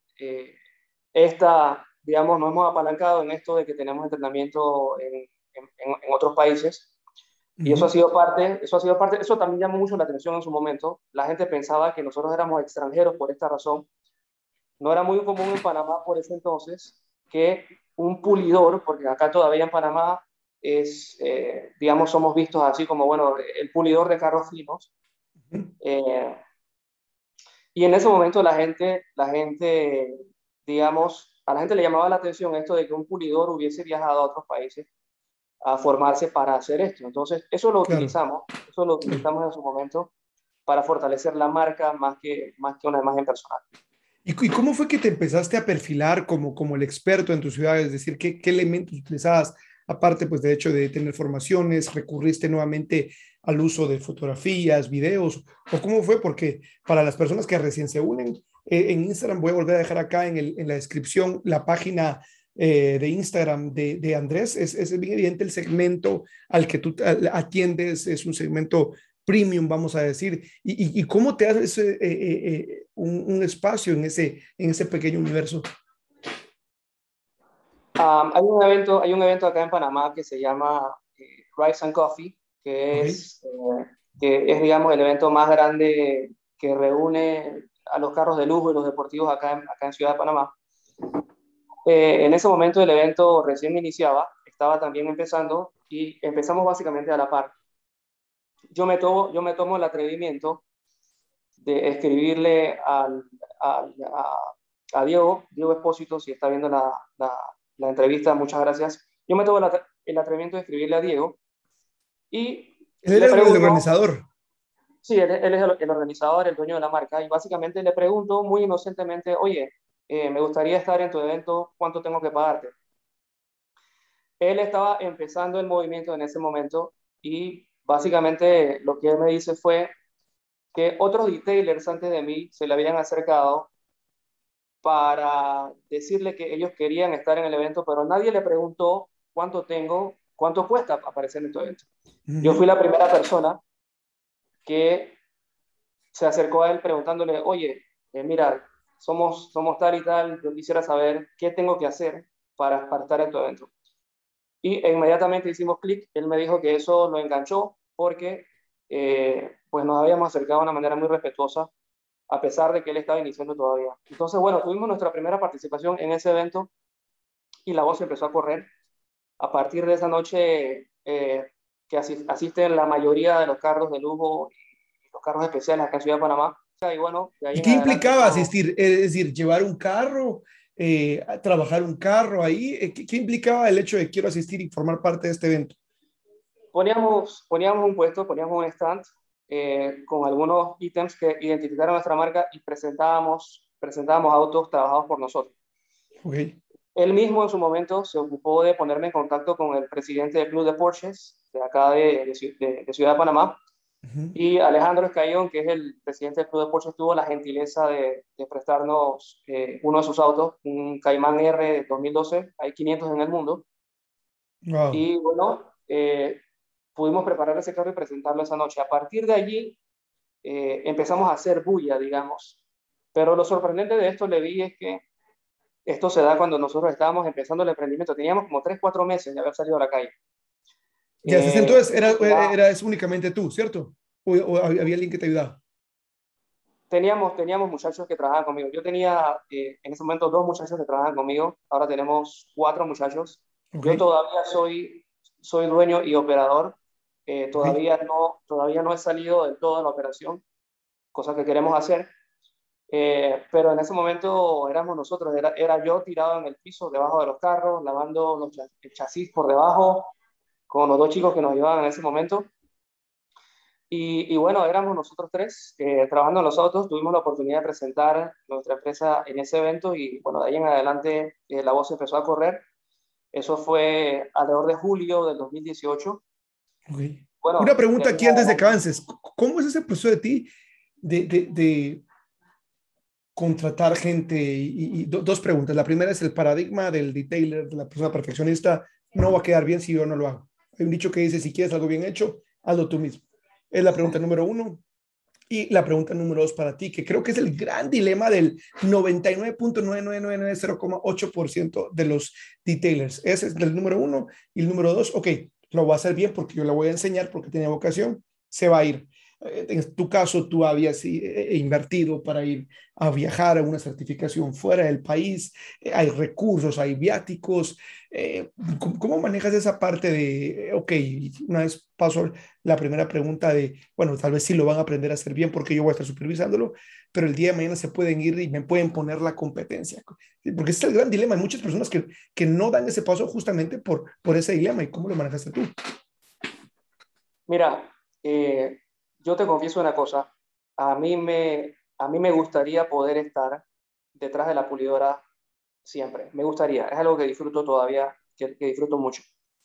B: digamos, nos hemos apalancado en esto de que tenemos entrenamiento en otros países. Y
A: ujú,
B: eso también llamó mucho la atención en su momento. La gente pensaba que nosotros éramos extranjeros por esta razón. No era muy común en Panamá por ese entonces que un pulidor, porque acá todavía en Panamá digamos, somos vistos así como, bueno, el pulidor de carros finos.
A: ujú.
B: Eh, y en ese momento digamos, a la gente le llamaba la atención esto de que un pulidor hubiese viajado a otros países a formarse para hacer esto. Entonces,
A: Claro,
B: eso lo
A: claro.
B: utilizamos en su momento para fortalecer la marca más que una imagen personal.
A: ¿Y cómo fue que te empezaste a perfilar como el experto en tu ciudad? Es decir, ¿qué elementos utilizabas? Aparte, pues, de hecho de tener formaciones, recurriste nuevamente al uso de fotografías, videos, o cómo fue, porque para las personas que recién se unen, en Instagram voy a volver a dejar acá en la descripción la página de Instagram de Andrés, es bien evidente el segmento al que tú atiendes, es un segmento premium, vamos a decir, y cómo te haces un espacio en ese pequeño universo.
B: Hay un evento acá en Panamá que se llama Rice and Coffee,
A: Ok.
B: que es, digamos, el evento más grande que reúne a los carros de lujo y los deportivos acá en Ciudad de Panamá. En ese momento el evento recién iniciaba, estaba también empezando y empezamos básicamente a la par. Yo me tomo el atrevimiento de escribirle a Diego Espósito, si está viendo la entrevista, muchas gracias. Yo me tomo el atrevimiento de escribirle a Diego y
A: Él
B: le
A: era el
B: pregunto,
A: organizador.
B: sí, él es el organizador, el dueño de la marca, y básicamente le pregunto muy inocentemente, oye, me gustaría estar en tu evento, ¿cuánto tengo que pagarte? Él estaba empezando el movimiento en ese momento y básicamente lo que él me dice fue que otros detailers antes de mí se le habían acercado para decirle que ellos querían estar en el evento, pero nadie le preguntó cuánto cuesta aparecer en tu evento.
A: Uh
B: Yo
A: -huh.
B: fui la primera persona que se acercó a él preguntándole, oye, mira, somos tal y tal, yo quisiera saber qué tengo que hacer para estar en tu evento. Y inmediatamente hicimos clic, él me dijo que eso lo enganchó porque pues nos habíamos acercado de una manera muy respetuosa, a pesar de que él estaba iniciando todavía. Entonces, bueno, tuvimos nuestra primera participación en ese evento y la voz empezó a correr. A partir de esa noche que asisten la mayoría de los carros de lujo y los carros especiales acá en Ciudad de Panamá. Y bueno, de ahí
A: ¿Y
B: en
A: qué
B: adelante
A: implicaba
B: todo.
A: asistir? Es decir, llevar un carro, trabajar un carro ahí. ¿Qué implicaba el hecho de quiero asistir y formar parte de este evento?
B: Poníamos un puesto, poníamos un stand con algunos ítems que identificaron nuestra marca y presentábamos autos trabajados por nosotros.
A: Ok.
B: Él mismo en su momento se ocupó de ponerme en contacto con el presidente del Club de Porsches de acá de Ciudad de Panamá.
A: Uh -huh.
B: Y Alejandro Escayón, que es el presidente del Club de Porsche, tuvo la gentileza de prestarnos uno de sus autos, un Cayman R 2012, hay 500 en el mundo.
A: Wow.
B: Y bueno, pudimos preparar ese carro y presentarlo esa noche. A partir de allí empezamos a hacer bulla, digamos. Pero lo sorprendente de esto, Levi, es que esto se da cuando nosotros estábamos empezando el emprendimiento. Teníamos como 3 4 meses de haber salido a la calle.
A: Ya, desde entonces
B: Esto se da
A: eras únicamente tú, ¿cierto? O había alguien que te ayudaba.
B: teníamos muchachos que trabajaban conmigo. Yo tenía en ese momento 2 muchachos que trabajaban conmigo. Ahora tenemos 4 muchachos.
A: Ok,
B: Yo todavía soy dueño y operador.
A: ok.
B: Todavía no he salido del todo de la operación, cosa que queremos hacer. Pero en ese momento éramos nosotros. Era yo tirado en el piso, debajo de los carros, lavando el chasis por debajo, con los 2 chicos que nos ayudaban en ese momento. Y bueno, éramos nosotros tres trabajando en los autos, tuvimos la oportunidad de presentar nuestra empresa en ese evento y bueno, de ahí en adelante la voz empezó a correr. Eso fue alrededor de julio del 2018.
A: Ok. Una
B: Bueno, de
A: pregunta
B: ahí en
A: aquí antes de que
B: adelante
A: avances. ¿Cómo es ese proceso de ti de contratar gente? Dos preguntas. La primera es el paradigma del detailer, de la persona perfeccionista. No va a quedar bien si yo no lo hago. Hay un dicho que dice, si quieres algo bien hecho, hazlo tú mismo. Es la pregunta número uno. Y la pregunta número dos para ti, que creo que es el gran dilema del 99.99990,8% de los detailers. Ese es el número uno. Y el número dos, ok, lo voy a hacer bien porque yo la voy a enseñar porque tiene vocación, se va a ir. En tu caso, tú habías invertido para ir a viajar a una certificación fuera del país, hay recursos, hay viáticos. ¿Cómo manejas esa parte de, ok, una vez paso la primera pregunta de, bueno, tal vez sí lo van a aprender a hacer bien porque yo voy a estar supervisándolo, pero el día de mañana se pueden ir y me pueden poner la competencia? ¿Sí? Porque ese es el gran dilema. Hay muchas personas que no dan ese paso justamente por ese dilema. ¿Y cómo lo manejaste tú?
B: mira, yo te confieso una cosa, a mí me gustaría poder estar detrás de la pulidora siempre, me gustaría, es algo que disfruto todavía, que disfruto mucho.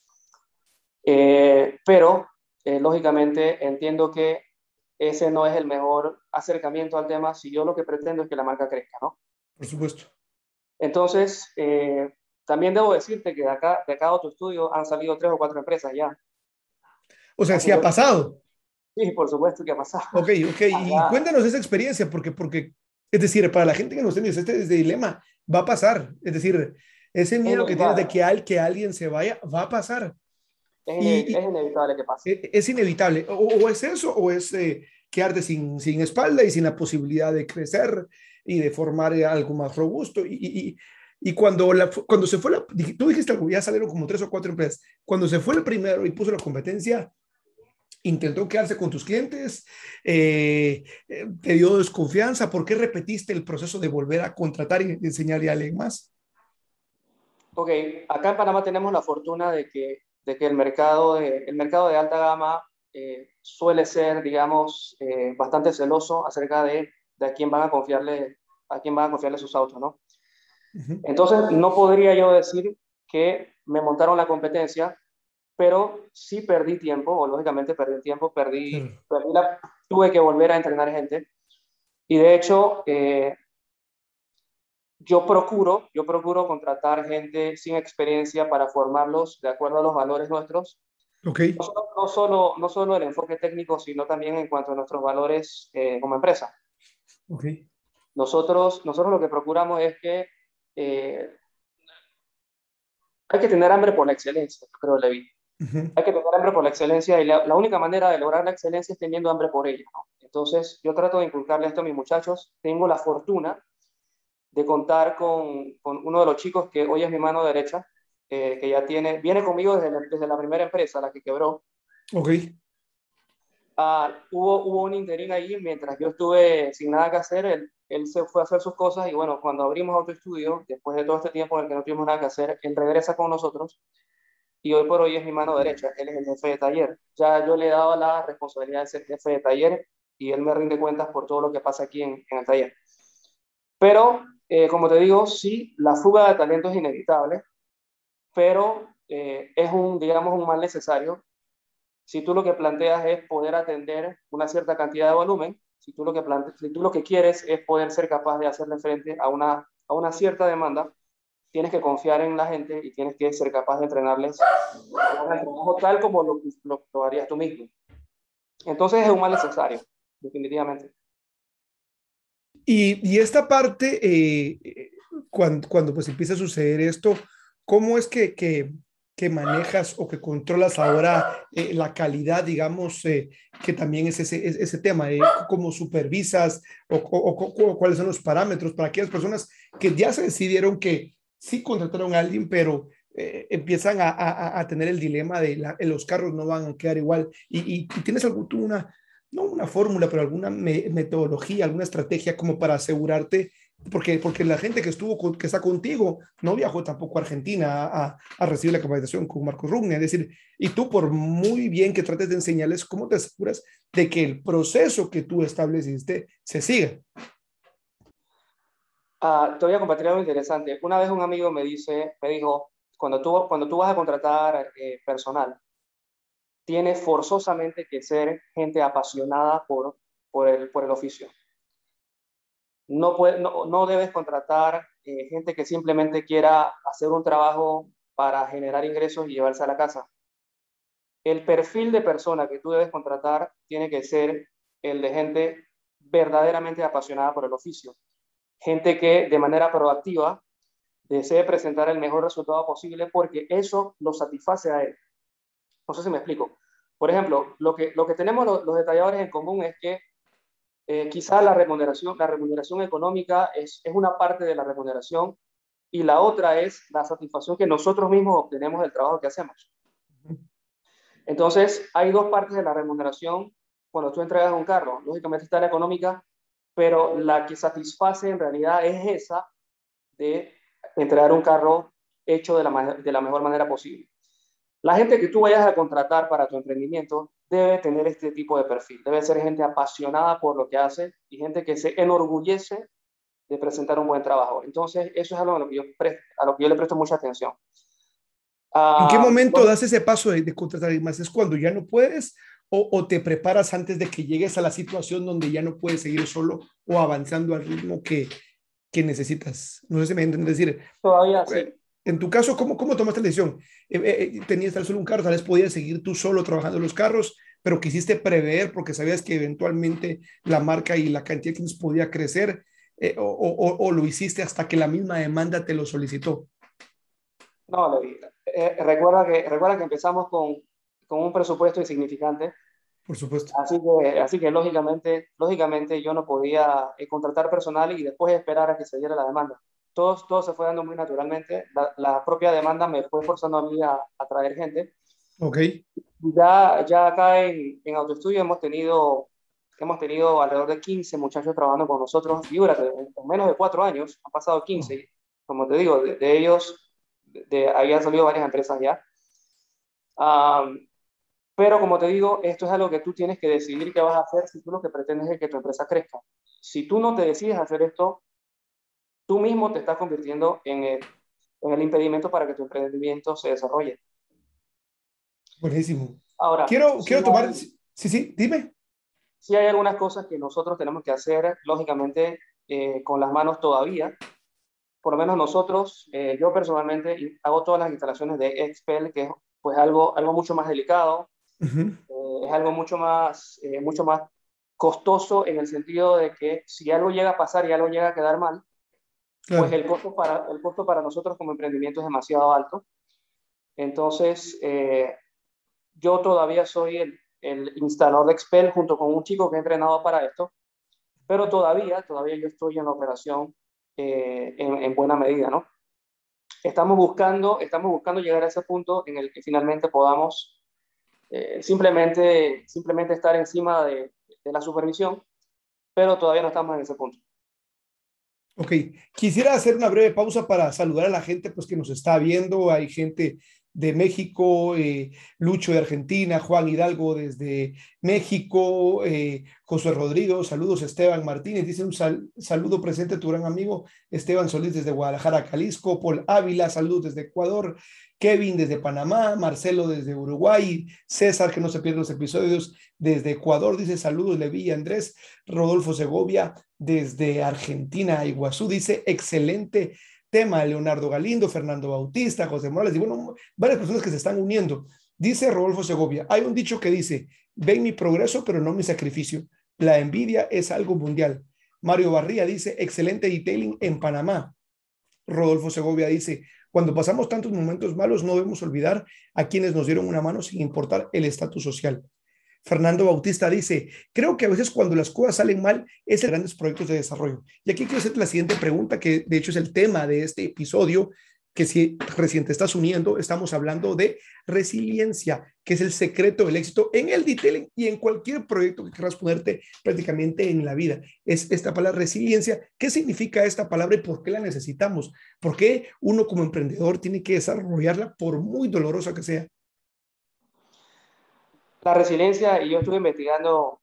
B: Pero, lógicamente, entiendo que ese no es el mejor acercamiento al tema si yo lo que pretendo es que la marca crezca, ¿no?
A: Por supuesto.
B: Entonces, También debo decirte que de acá a otro estudio han salido 3 o 4 empresas ya.
A: O sea,
B: Así
A: sí ha
B: que
A: pasado.
B: sí, por supuesto que ha pasado.
A: Ok, ok. Y
B: Acá,
A: cuéntanos esa experiencia, porque, es decir, para la gente que nos tiene este dilema, va a pasar. Es decir, ese
B: es
A: miedo que tienes de
B: inevitable,
A: que alguien se vaya, va a pasar. Y
B: es inevitable que pase.
A: es inevitable. O es eso, o es quedarte sin espalda y sin la posibilidad de crecer y de formar algo más robusto. Y cuando se fue tú dijiste algo, ya salieron como 3 o 4 empresas. Cuando se fue el primero y puso la competencia, intentó quedarse con tus clientes, te dio desconfianza. ¿Por qué repetiste el proceso de volver a contratar y enseñarle a alguien más?
B: Ok, acá en Panamá tenemos la fortuna de que el mercado de alta gama suele ser, digamos, bastante celoso acerca de a quién van a confiarle sus autos, ¿no?
A: Uh -huh.
B: Entonces, no podría yo decir que me montaron la competencia, pero sí perdí tiempo, o lógicamente perdí tiempo,
A: Claro.
B: tuve que volver a entrenar gente. Y de hecho, yo procuro contratar gente sin experiencia para formarlos de acuerdo a los valores nuestros.
A: Ok,
B: No solo el enfoque técnico, sino también en cuanto a nuestros valores como empresa.
A: ok.
B: Nosotros lo que procuramos es que eh, hay que tener hambre por la excelencia, yo creo, Levi.
A: Uh -huh.
B: Hay que tener hambre por la excelencia y la única manera de lograr la excelencia es teniendo hambre por ella, ¿no? Entonces, yo trato de inculcarle esto a mis muchachos. Tengo la fortuna de contar con uno de los chicos que hoy es mi mano derecha, que ya viene conmigo desde la primera empresa, la que quebró.
A: Ok.
B: Hubo un interín ahí mientras yo estuve sin nada que hacer. Él se fue a hacer sus cosas y bueno, cuando abrimos otro estudio, después de todo este tiempo en el que no tuvimos nada que hacer, él regresa con nosotros y hoy por hoy es mi mano derecha. Él es el jefe de taller. Ya yo le he dado la responsabilidad de ser jefe de taller y él me rinde cuentas por todo lo que pasa aquí en el taller. Pero, como te digo, sí, la fuga de talento es inevitable, pero es digamos, un mal necesario. Si tú lo que planteas es poder atender una cierta cantidad de volumen, si tú lo que quieres es poder ser capaz de hacerle frente a una cierta demanda, tienes que confiar en la gente y tienes que ser capaz de entrenarles con el trabajo tal como lo harías tú mismo. Entonces es un mal necesario, definitivamente.
A: Y esta parte, cuando pues empieza a suceder esto, ¿cómo es que manejas o que controlas ahora la calidad, digamos, que también es ese tema, cómo supervisas o cuáles son los parámetros para aquellas personas que ya se decidieron que sí contrataron a alguien, pero empiezan a tener el dilema de los carros no van a quedar igual y tienes alguna no una fórmula, pero alguna metodología, alguna estrategia como para asegurarte, porque la gente que está contigo no viajó tampoco a Argentina a recibir la capacitación con Marcos Rugni, es decir, y tú por muy bien que trates de enseñarles, ¿cómo te aseguras de que el proceso que tú estableciste se siga?
B: Te voy a compartir algo interesante. Una vez un amigo me dijo, cuando tú vas a contratar personal, tiene forzosamente que ser gente apasionada por el oficio. No debes contratar gente que simplemente quiera hacer un trabajo para generar ingresos y llevarse a la casa. El perfil de persona que tú debes contratar tiene que ser el de gente verdaderamente apasionada por el oficio. Gente que de manera proactiva desee presentar el mejor resultado posible porque eso lo satisface a él. No sé si me explico. Por ejemplo, lo que tenemos los detalladores en común es que quizá la remuneración económica es una parte de la remuneración y la otra es la satisfacción que nosotros mismos obtenemos del trabajo que hacemos. Entonces, hay dos partes de la remuneración cuando tú entregas un carro. Lógicamente está la económica, pero la que satisface en realidad es esa de entregar un carro hecho de la mejor manera posible. La gente que tú vayas a contratar para tu emprendimiento debe tener este tipo de perfil. Debe ser gente apasionada por lo que hace y gente que se enorgullece de presentar un buen trabajo. Entonces, eso es algo a lo que yo le presto mucha atención.
A: ¿En qué momento
B: Bueno,
A: das ese paso de contratar a alguien más? ¿Es cuando ya no puedes o te preparas antes de que llegues a la situación donde ya no puedes seguir solo o avanzando al ritmo que necesitas? No sé si me entiendes decir.
B: todavía sí.
A: En tu caso, ¿cómo tomaste la decisión? Tenías tal solo un carro, tal vez podías seguir tú solo trabajando en los carros, pero quisiste prever porque sabías que eventualmente la marca y la cantidad de clientes podía crecer, o lo hiciste hasta que la misma demanda te lo solicitó.
B: No, Levi, recuerda que empezamos con un presupuesto insignificante,
A: Por supuesto.
B: así que lógicamente yo no podía contratar personal y después esperar a que se diera la demanda. Todo se fue dando muy naturalmente. La propia demanda me fue forzando a mí a traer gente.
A: Ok.
B: Ya acá en Autoestudio hemos tenido alrededor de 15 muchachos trabajando con nosotros. Figúrate, en menos de 4 años han pasado
A: Oh,
B: 15. Como te digo, de ellos, ahí han salido varias empresas ya. Um, pero como te digo, esto es algo que tú tienes que decidir qué vas a hacer si tú lo que pretendes es que tu empresa crezca. Si tú no te decides hacer esto, tú mismo te estás convirtiendo en el impedimento para que tu emprendimiento se desarrolle.
A: buenísimo.
B: Ahora,
A: Quiero tomar, sí, sí, dime.
B: sí hay algunas cosas que nosotros tenemos que hacer, lógicamente, con las manos todavía. Por lo menos nosotros, yo personalmente hago todas las instalaciones de Expel, que es pues algo mucho más delicado,
A: Ujú,
B: es algo mucho más costoso en el sentido de que si algo llega a pasar y algo llega a quedar mal, pues
A: claro.
B: el costo para nosotros como emprendimiento es demasiado alto. Entonces, yo todavía soy el instalador de Expel junto con un chico que he entrenado para esto, pero todavía yo estoy en la operación en buena medida, ¿no? Estamos buscando llegar a ese punto en el que finalmente podamos simplemente estar encima de la supervisión, pero todavía no estamos en ese punto.
A: Ok, quisiera hacer una breve pausa para saludar a la gente pues, que nos está viendo. Hay gente de México, Lucho de Argentina, Juan Hidalgo desde México, José Rodrigo, saludos Esteban Martínez, dice un saludo presente a tu gran amigo Esteban Solís desde Guadalajara, Jalisco, Paul Ávila, saludos desde Ecuador, Kevin desde Panamá, Marcelo desde Uruguay, César, que no se pierden los episodios desde Ecuador, dice saludos, Levi Andrés, Rodolfo Segovia desde Argentina, Iguazú, dice excelente tema, Leonardo Galindo, Fernando Bautista, José Morales, y bueno, varias personas que se están uniendo. Dice Rodolfo Segovia, hay un dicho que dice, ven mi progreso, pero no mi sacrificio. La envidia es algo mundial. Mario Barría dice, excelente detailing en Panamá. Rodolfo Segovia dice, cuando pasamos tantos momentos malos, no debemos olvidar a quienes nos dieron una mano sin importar el estatus social. Fernando Bautista dice, creo que a veces cuando las cosas salen mal es en grandes proyectos de desarrollo. Y aquí quiero hacerte la siguiente pregunta, que de hecho es el tema de este episodio, que si recién te estás uniendo, estamos hablando de resiliencia, que es el secreto del éxito en el detailing y en cualquier proyecto que quieras ponerte prácticamente en la vida. Es esta palabra resiliencia. ¿Qué significa esta palabra y por qué la necesitamos? ¿Por qué uno como emprendedor tiene que desarrollarla por muy dolorosa que sea?
B: La resiliencia, y yo estuve investigando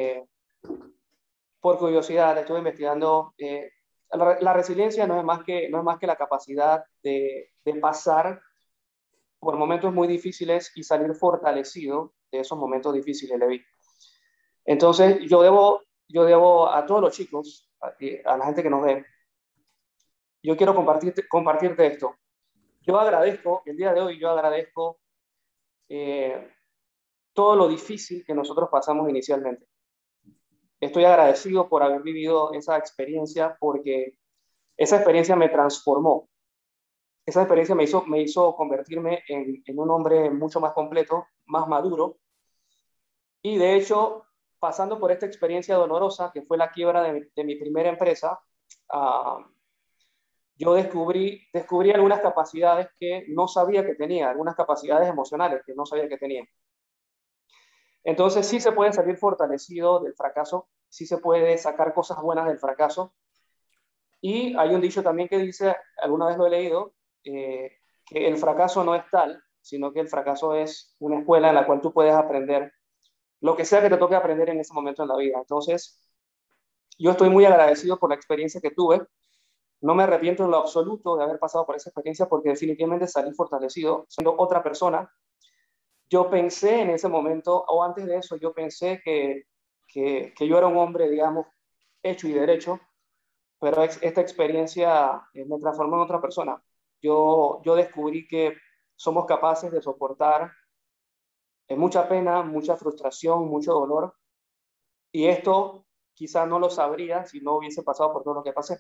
B: por curiosidad, estuve investigando, la resiliencia no es más que la capacidad de pasar por momentos muy difíciles y salir fortalecido de esos momentos difíciles, Levi. Entonces, yo debo a todos los chicos, a la gente que nos ve, yo quiero compartirte esto. El día de hoy yo agradezco eh, todo lo difícil que nosotros pasamos inicialmente. Estoy agradecido por haber vivido esa experiencia porque esa experiencia me transformó. Esa experiencia me hizo convertirme en un hombre mucho más completo, más maduro. Y de hecho, pasando por esta experiencia dolorosa, que fue la quiebra de mi primera empresa, uh, yo descubrí algunas capacidades que no sabía que tenía, algunas capacidades emocionales que no sabía que tenía. Entonces sí se puede salir fortalecido del fracaso, sí se puede sacar cosas buenas del fracaso. Y hay un dicho también que dice, alguna vez lo he leído, que el fracaso no es tal, sino que el fracaso es una escuela en la cual tú puedes aprender lo que sea que te toque aprender en ese momento en la vida. Entonces, yo estoy muy agradecido por la experiencia que tuve. No me arrepiento en lo absoluto de haber pasado por esa experiencia porque definitivamente salí fortalecido, siendo otra persona. Yo pensé en ese momento, o antes de eso, yo pensé que yo era un hombre, digamos, hecho y derecho, pero esta experiencia me transformó en otra persona. yo descubrí que somos capaces de soportar mucha pena, mucha frustración, mucho dolor, y esto quizá no lo sabría si no hubiese pasado por todo lo que pasé.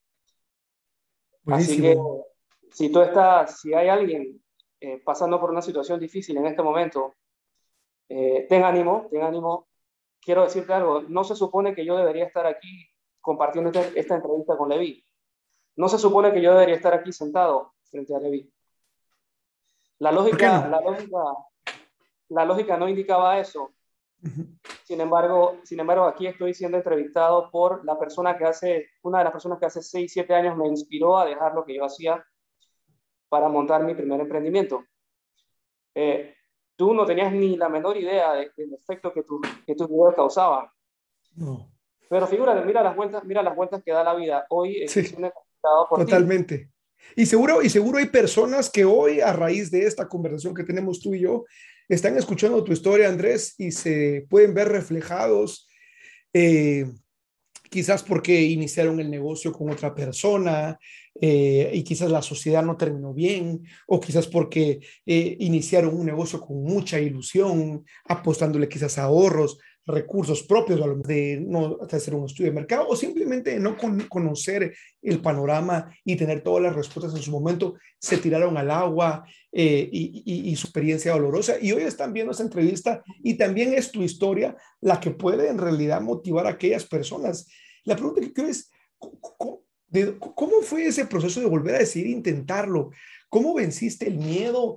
B: Así que
A: Buenísimo.
B: si hay alguien pasando por una situación difícil en este momento, ten ánimo, ten ánimo. Quiero decirte algo, no se supone que yo debería estar aquí compartiendo esta entrevista con Levi. No se supone que yo debería estar aquí sentado frente a Levi. La
A: ¿Por qué
B: lógica,
A: no?
B: la lógica, la lógica no indicaba eso.
A: Ujú.
B: Sin embargo, aquí estoy siendo entrevistado por una de las personas que hace 6 7 años me inspiró a dejar lo que yo hacía para montar mi primer emprendimiento. Eh, Tú no tenías ni la menor idea del efecto que tus videos causaban.
A: No.
B: Pero figúrate, mira las vueltas que da la vida. Hoy estoy
A: Sí,
B: siendo entrevistado por ti.
A: totalmente. Y seguro hay personas que hoy, a raíz de esta conversación que tenemos tú y yo, están escuchando tu historia, Andrés, y se pueden ver reflejados. eh, Quizás porque iniciaron el negocio con otra persona y quizás la sociedad no terminó bien, o quizás porque iniciaron un negocio con mucha ilusión, apostándole quizás a ahorros, recursos propios, a lo mejor de no hacer un estudio de mercado, o simplemente no conocer el panorama y tener todas las respuestas en su momento, se tiraron al agua y su experiencia dolorosa. Y hoy están viendo esta entrevista y también es tu historia la que puede en realidad motivar a aquellas personas. La pregunta que quiero es, ¿cómo fue ese proceso de volver a decidir intentarlo? ¿Cómo venciste el miedo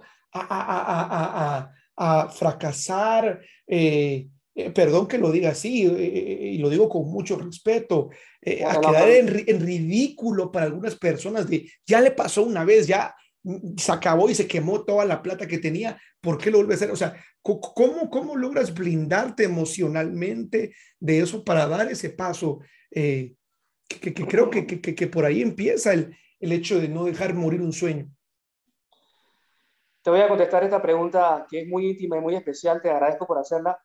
A: a fracasar? Perdón que lo diga así, y lo digo con mucho respeto, a
B: No,
A: quedar en ridículo para algunas personas de, ya le pasó una vez, ya se acabó y se quemó toda la plata que tenía, ¿por qué lo vuelve a hacer? O sea, ¿cómo logras blindarte emocionalmente de eso para dar ese paso? Eh, que creo que por ahí empieza el hecho de no dejar morir un sueño.
B: te voy a contestar esta pregunta que es muy íntima y muy especial. Te agradezco por hacerla.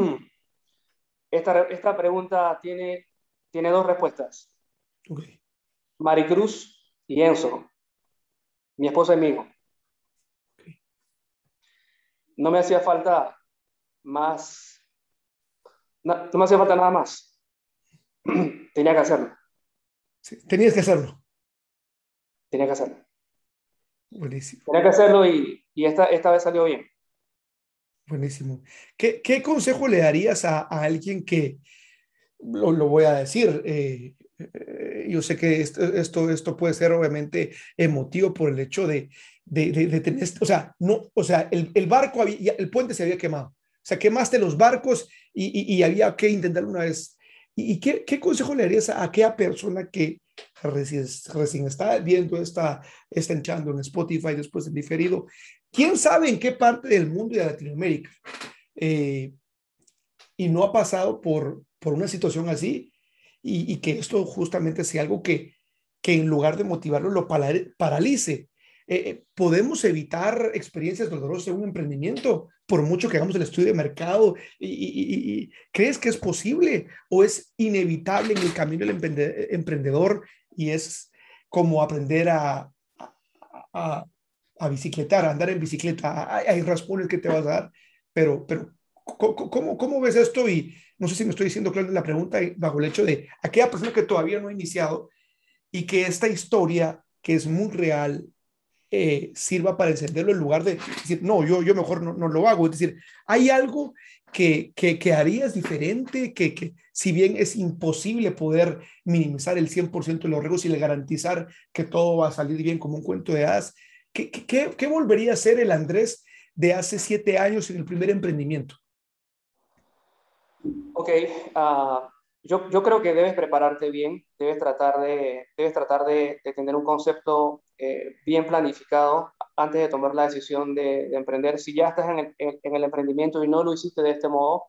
B: Esta pregunta tiene dos respuestas.
A: Okay.
B: Maricruz y Enzo, mi esposa y mi hijo.
A: Okay.
B: No me hacía falta más, no me hacía falta nada más. Tenía que hacerlo,
A: Sí, tenías que hacerlo.
B: tenía que hacerlo.
A: Buenísimo,
B: Tenía que hacerlo y esta vez salió bien.
A: buenísimo. ¿Qué consejo le darías a alguien que, lo voy a decir, yo sé que esto puede ser obviamente emotivo por el hecho de tener, o sea, no, o sea, el barco, el puente se había quemado, o sea, quemaste los barcos y había que intentarlo una vez. ¿Y qué consejo le darías a aquella persona que recién está viendo está entrando en Spotify después del diferido? ¿Quién sabe en qué parte del mundo y de Latinoamérica? Eh, y no ha pasado por una situación así y que esto justamente sea algo que en lugar de motivarlo lo paralice. Podemos evitar experiencias dolorosas en un emprendimiento por mucho que hagamos el estudio de mercado ¿crees que es posible o es inevitable en el camino del emprendedor y es como aprender a, a bicicletar, a andar en bicicleta? Hay raspones que te vas a dar, pero ¿cómo ves esto? Y no sé si me estoy diciendo claro en la pregunta bajo el hecho de aquella persona que todavía no ha iniciado y que esta historia, que es muy real, sirva para encenderlo en lugar de decir, no, yo mejor no lo hago. Es decir, hay algo que harías diferente, que si bien es imposible poder minimizar el 100% de los riesgos y le garantizar que todo va a salir bien como un cuento de hadas, ¿qué volvería a ser el Andrés de hace 7 años en el primer emprendimiento?
B: Ok, uh, yo creo que debes prepararte bien, debes tratar de tener un concepto bien planificado antes de tomar la decisión de emprender. Si ya estás en el emprendimiento y no lo hiciste de este modo,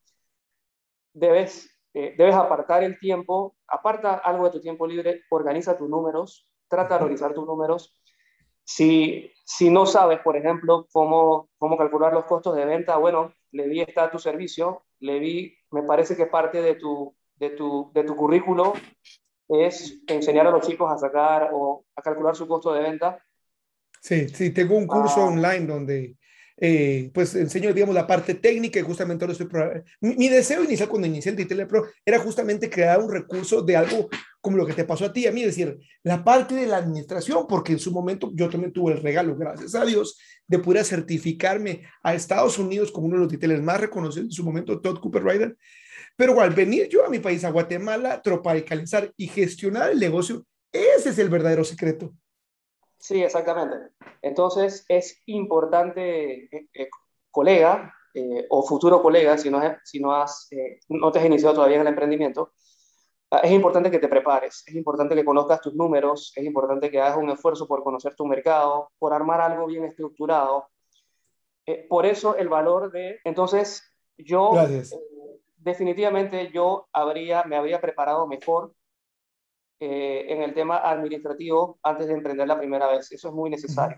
B: debes apartar el tiempo, aparta algo de tu tiempo libre, organiza tus números, trata de organizar tus números. Si no sabes, por ejemplo, cómo calcular los costos de venta, bueno, Levi está a tu servicio. Levi, me parece que parte de tu currículo es enseñar a los chicos a sacar o a calcular su costo de venta.
A: Sí, sí, tengo un curso
B: Ah,
A: online donde pues enseño, digamos, la parte técnica y justamente ahora mi deseo inicial cuando inicié el Detail Pro era justamente crear un recurso de algo como lo que te pasó a ti, a mí, es decir, la parte de la administración, porque en su momento yo también tuve el regalo, gracias a Dios, de poder certificarme a Estados Unidos como uno de los titeles más reconocidos en su momento, Todd Cooper Rider, pero al venir yo a mi país, a Guatemala, tropicalizar y gestionar el negocio, ese es el verdadero secreto.
B: sí, exactamente. Entonces es importante, colega o futuro colega, si no te has iniciado todavía en el emprendimiento, es importante que te prepares, es importante que conozcas tus números, es importante que hagas un esfuerzo por conocer tu mercado, por armar algo bien estructurado. Por eso el valor de... Entonces, yo
A: Gracias.
B: definitivamente me habría preparado mejor en el tema administrativo antes de emprender la primera vez. Eso es muy
A: Ujú.
B: necesario.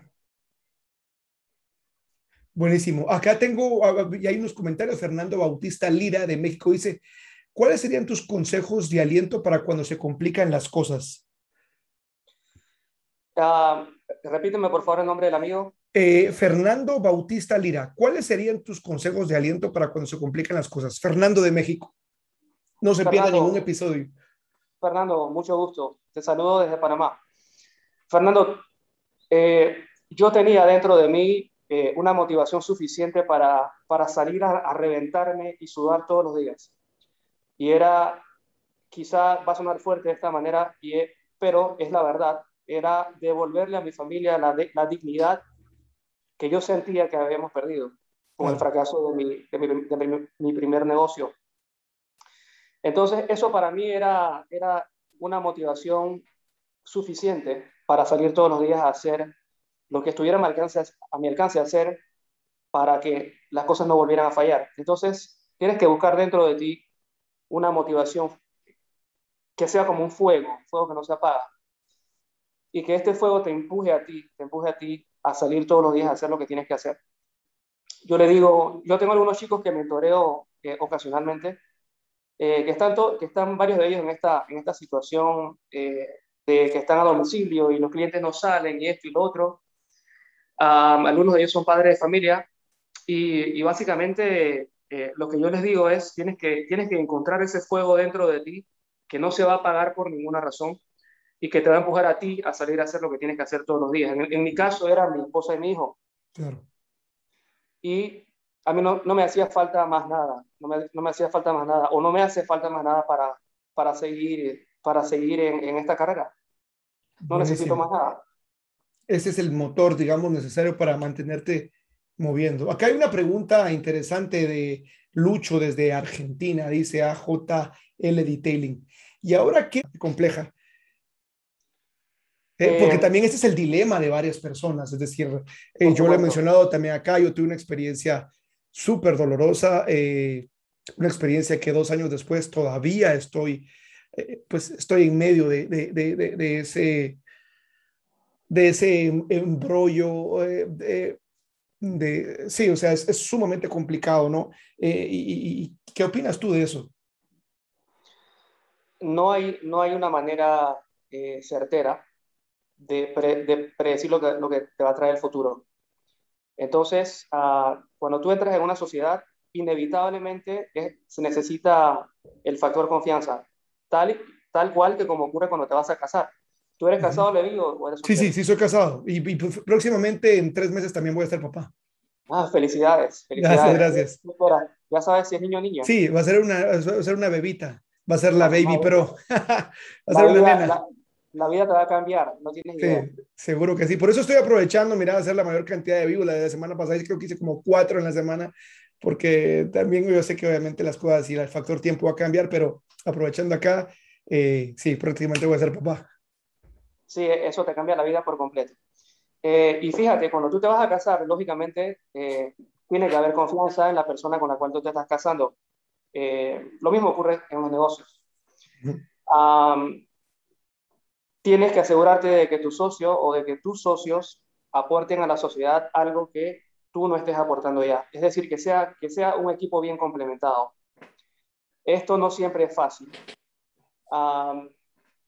A: Buenísimo. Acá tengo, y hay unos comentarios. Fernando Bautista Lira de México dice, ¿cuáles serían tus consejos de aliento para cuando se complican las cosas?
B: Ah, repíteme por favor el nombre del amigo.
A: Fernando Bautista Lira, ¿cuáles serían tus consejos de aliento para cuando se complican las cosas? Fernando de México. No se pierda ningún
B: Fernando,
A: episodio.
B: Fernando, mucho gusto. Te saludo desde Panamá. Fernando, yo tenía dentro de mí una motivación suficiente para salir a reventarme y sudar todos los días. Y era, quizá va a sonar fuerte de esta manera, pero es la verdad, era devolverle a mi familia la dignidad que yo sentía que habíamos perdido con el
A: Claro.
B: fracaso mi primer negocio. Entonces, eso para mí era una motivación suficiente para salir todos los días a hacer lo que estuviera a mi alcance hacer para que las cosas no volvieran a fallar. Entonces, tienes que buscar dentro de ti una motivación que sea como un fuego que no se apaga, y que este fuego te empuje a ti a salir todos los días a hacer lo que tienes que hacer. Yo le digo, yo tengo algunos chicos que mentoreo ocasionalmente, que están varios de ellos en esta situación de que están a domicilio y los clientes no salen y esto y lo otro. Algunos de ellos son padres de familia y básicamente lo que yo les digo es, tienes que encontrar ese fuego dentro de ti que no se va a apagar por ninguna razón y que te va a empujar a ti a salir a hacer lo que tienes que hacer todos los días. En mi caso era mi esposa y mi hijo,
A: Claro.
B: y a mí no me hacía falta más nada, no me hacía falta más nada, o no me hace falta más nada para seguir en esta carrera. No necesito
A: Buenísimo.
B: más nada.
A: Ese es el motor, digamos, necesario para mantenerte moviendo. Acá hay una pregunta interesante de Lucho desde Argentina, dice AJL Detailing. ¿Y ahora qué compleja? Porque
B: Eh,
A: también ese es el dilema de varias personas, es decir,
B: por
A: yo lo he
B: supuesto.
A: mencionado también acá, yo tuve una experiencia súper dolorosa, una experiencia que 2 años después todavía estoy, pues estoy en medio de ese embrollo, sí, o sea, es sumamente complicado, ¿no? Y ¿qué opinas tú de eso?
B: No hay una manera certera de predecir lo que te va a traer el futuro. Entonces, cuando tú entras en una sociedad, inevitablemente se necesita el factor confianza, tal, tal cual que como ocurre cuando te vas a casar. ¿Tú eres
A: Ujú.
B: casado, Levi, o eres
A: Sí, sí,
B: soltero?
A: sí, soy casado y pues, próximamente en 3 meses también voy a ser papá.
B: Ah, felicidades,
A: Gracias,
B: felicidades.
A: gracias.
B: Espera, ya sabes si es niño o niña.
A: Sí, va a ser una bebita, va a ser la
B: Ah,
A: baby
B: madre,
A: pro, va a
B: la
A: ser una
B: vida,
A: nena.
B: la vida te va a cambiar, no tienes idea.
A: Sí, seguro que sí. Por eso estoy aprovechando, mira, hacer la mayor cantidad de vivos. La de la semana pasada creo que hice como 4 en la semana, porque también yo sé que obviamente las cosas y el factor tiempo va a cambiar, pero aprovechando acá, sí, prácticamente voy a ser papá.
B: Sí, eso te cambia la vida por completo. Y fíjate, cuando tú te vas a casar, lógicamente, tiene que haber confianza en la persona con la cual tú te estás casando. Lo mismo ocurre en los negocios.
A: Ujú.
B: Am, Tienes que asegurarte de que tu socio o de que tus socios aporten a la sociedad algo que tú no estés aportando ya. Es decir, que sea un equipo bien complementado. Esto no siempre es fácil. Am,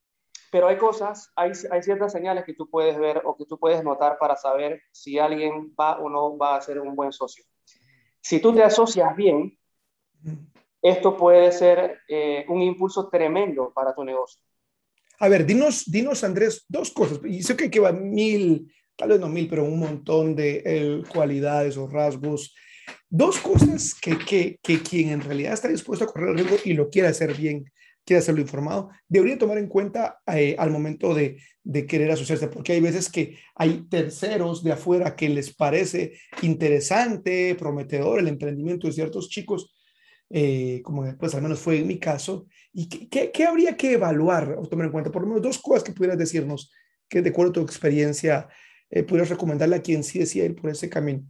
B: Pero hay cosas, hay ciertas señales que tú puedes ver o que tú puedes notar para saber si alguien va o no va a ser un buen socio. Si tú te asocias bien, esto puede ser un impulso tremendo para tu negocio.
A: A ver, dinos, Andrés, dos cosas. Y sé que va mil, tal vez no mil, pero un montón de cualidades o rasgos. Dos cosas que quien en realidad está dispuesto a correr el riesgo y lo quiere hacer bien, quiere hacerlo informado, debería tomar en cuenta al momento de querer asociarse, porque hay veces que hay terceros de afuera que les parece interesante, prometedor el emprendimiento de ciertos chicos, como pues al menos fue en mi caso, y qué habría que evaluar o tomar en cuenta, por lo menos dos cosas que pudieras decirnos, que de acuerdo a tu experiencia pudieras recomendarle a quien sí decía ir por ese camino.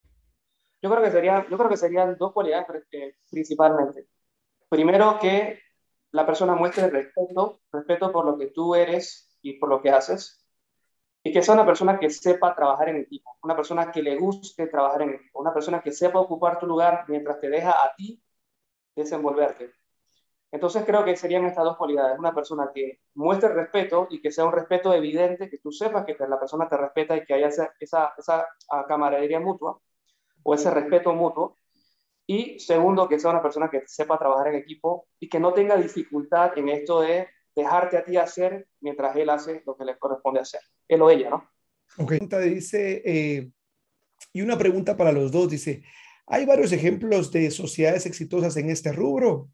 B: Yo creo que serían dos cualidades principalmente. Primero, que la persona muestre respeto, respeto por lo que tú eres y por lo que haces, y que sea una persona que sepa trabajar en equipo, una persona que le guste trabajar en equipo, una persona que sepa ocupar tu lugar mientras te deja a ti desenvolverte. Entonces creo que serían estas dos cualidades, una persona que muestre respeto y que sea un respeto evidente, que tú sepas que la persona te respeta y que haya esa camaradería mutua o ese respeto mutuo. Y segundo, que sea una persona que sepa trabajar en equipo y que no tenga dificultad en esto de dejarte a ti hacer mientras él hace lo que le corresponde hacer. Él o ella, ¿no?
A: Ok. Dice, y una pregunta para los dos, dice, ¿hay varios ejemplos de sociedades exitosas en este rubro?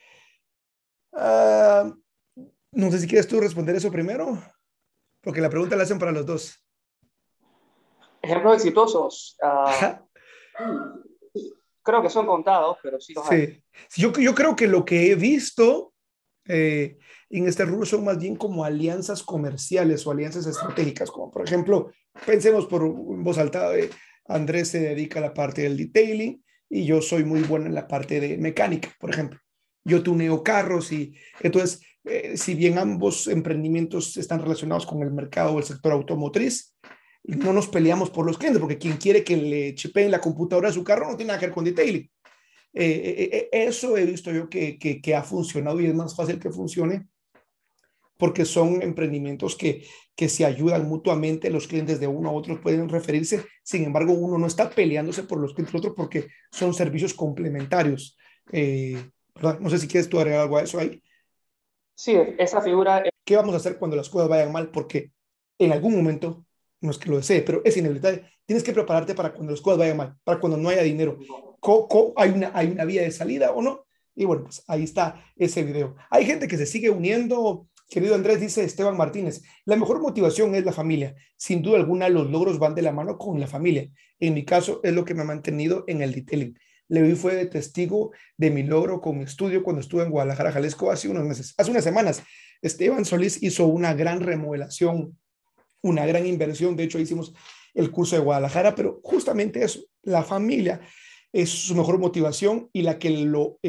A: Ah, no sé si quieres tú responder eso primero, porque la pregunta la hacen para los dos.
B: Ejemplos exitosos,
A: Ajá.
B: creo que son contados, pero sí los hay.
A: Sí. Sí, yo creo que lo que he visto eh, en este rubro son más bien como alianzas comerciales o alianzas estratégicas, como por ejemplo, pensemos por en voz alta, Andrés se dedica a la parte del detailing y yo soy muy bueno en la parte de mecánica, por ejemplo. Yo tuneo carros y entonces, si bien ambos emprendimientos están relacionados con el mercado o el sector automotriz, no nos peleamos por los clientes, porque quien quiere que le chipeen la computadora a su carro no tiene nada que ver con detailing. Eso he visto yo que ha funcionado y es más fácil que funcione porque son emprendimientos que se ayudan mutuamente, los clientes de uno a otro pueden referirse, sin embargo uno no está peleándose por los clientes de otro porque son servicios complementarios. ¿Verdad? No sé si quieres tú agregar algo a eso ahí.
B: Sí, esa figura,
A: ¿Qué vamos a hacer cuando las cosas vayan mal? Porque en algún momento, no es que lo desee, pero es inevitable, tienes que prepararte para cuando las cosas vayan mal, para cuando no haya dinero. Hay una vía de salida o no? Y bueno, pues ahí está ese video. Hay gente que se sigue uniendo. Querido Andrés, dice Esteban Martínez, la mejor motivación es la familia. Sin duda alguna, los logros van de la mano con la familia. En mi caso, es lo que me ha mantenido en el detailing. Levi fue de testigo de mi logro con mi estudio cuando estuve en Guadalajara, Jalisco, hace unos meses, hace unas semanas. Esteban Solís hizo una gran remodelación, una gran inversión. De hecho, hicimos el curso de Guadalajara, pero justamente eso, la familia es su mejor motivación y la que lo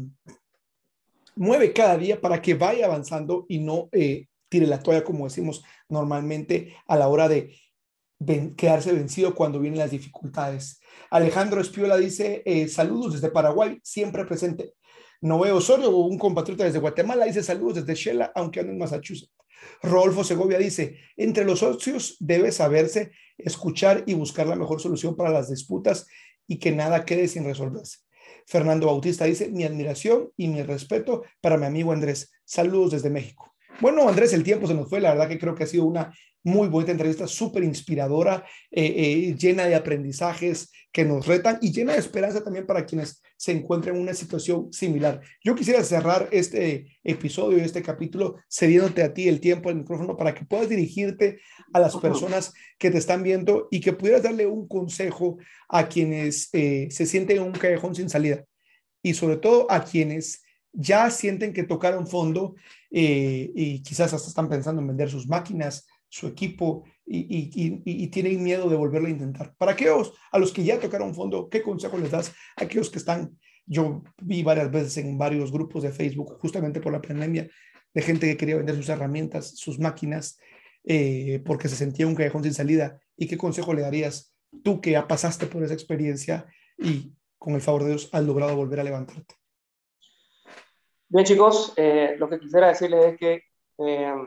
A: mueve cada día para que vaya avanzando y no tire la toalla, como decimos normalmente, a la hora de quedarse vencido cuando vienen las dificultades. Alejandro Espiola dice, saludos desde Paraguay, siempre presente. Noé Osorio, un compatriota desde Guatemala, dice saludos desde Shela, aunque ando en Massachusetts. Rodolfo Segovia dice, entre los socios debe saberse escuchar y buscar la mejor solución para las disputas y que nada quede sin resolverse. Fernando Bautista dice, mi admiración y mi respeto para mi amigo Andrés. Saludos desde México. Bueno, Andrés, el tiempo se nos fue. La verdad que creo que ha sido una muy buena entrevista, súper inspiradora, llena de aprendizajes que nos retan y llena de esperanza también para quienes se encuentren en una situación similar. Yo quisiera cerrar este episodio, este capítulo, cediéndote a ti el tiempo, el micrófono, para que puedas dirigirte a las personas que te están viendo y que pudieras darle un consejo a quienes se sienten en un callejón sin salida y sobre todo a quienes ya sienten que tocaron fondo y quizás hasta están pensando en vender sus máquinas, su equipo y tienen miedo de volverlo a intentar. Para aquellos a los que ya tocaron fondo, ¿qué consejo les das a aquellos que están? Yo vi varias veces en varios grupos de Facebook, justamente por la pandemia, de gente que quería vender sus herramientas, sus máquinas, porque se sentía un callejón sin salida. ¿Y qué consejo le darías tú que ya pasaste por esa experiencia y con el favor de Dios has logrado volver a levantarte?
B: bien chicos, lo que quisiera decirles es que eh,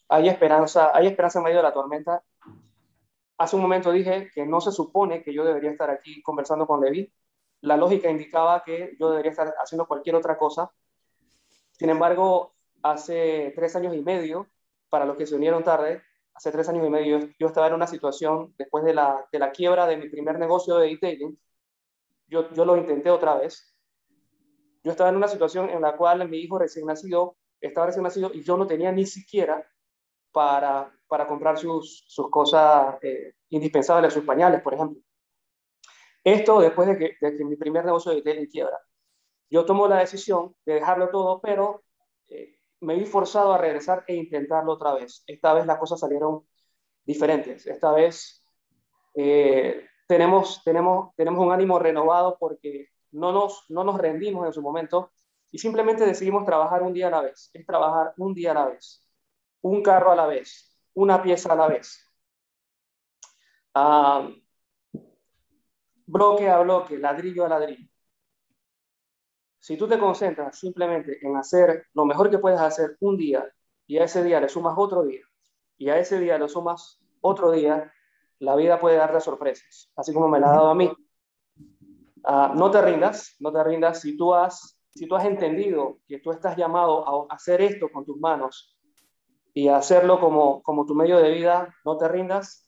B: hay esperanza en medio de la tormenta. Hace un momento dije que no se supone que yo debería estar aquí conversando con Levi. La lógica indicaba que yo debería estar haciendo cualquier otra cosa. Sin embargo, hace 3 años y medio, para los que se unieron tarde, hace 3 años y medio yo estaba en una situación, después de la quiebra de mi primer negocio de detailing, yo lo intenté otra vez. Yo estaba en una situación en la cual mi hijo recién nacido, estaba recién nacido y yo no tenía ni siquiera para comprar sus cosas indispensables, sus pañales, por ejemplo. Esto después de que mi primer negocio de detailing quiebra. Yo tomo la decisión de dejarlo todo, pero me vi forzado a regresar e intentarlo otra vez. Esta vez las cosas salieron diferentes. Esta vez tenemos un ánimo renovado porque no nos rendimos en su momento y simplemente decidimos trabajar un día a la vez. Es trabajar un día a la vez, un carro a la vez, una pieza a la vez. Ah, bloque a bloque, ladrillo a ladrillo. Si tú te concentras simplemente en hacer lo mejor que puedes hacer un día y a ese día le sumas otro día y a ese día le sumas otro día, la vida puede darte sorpresas, así como me la ha dado a mí. No te rindas, no te rindas. Si tú has entendido que tú estás llamado a hacer esto con tus manos y a hacerlo como tu medio de vida, no te rindas.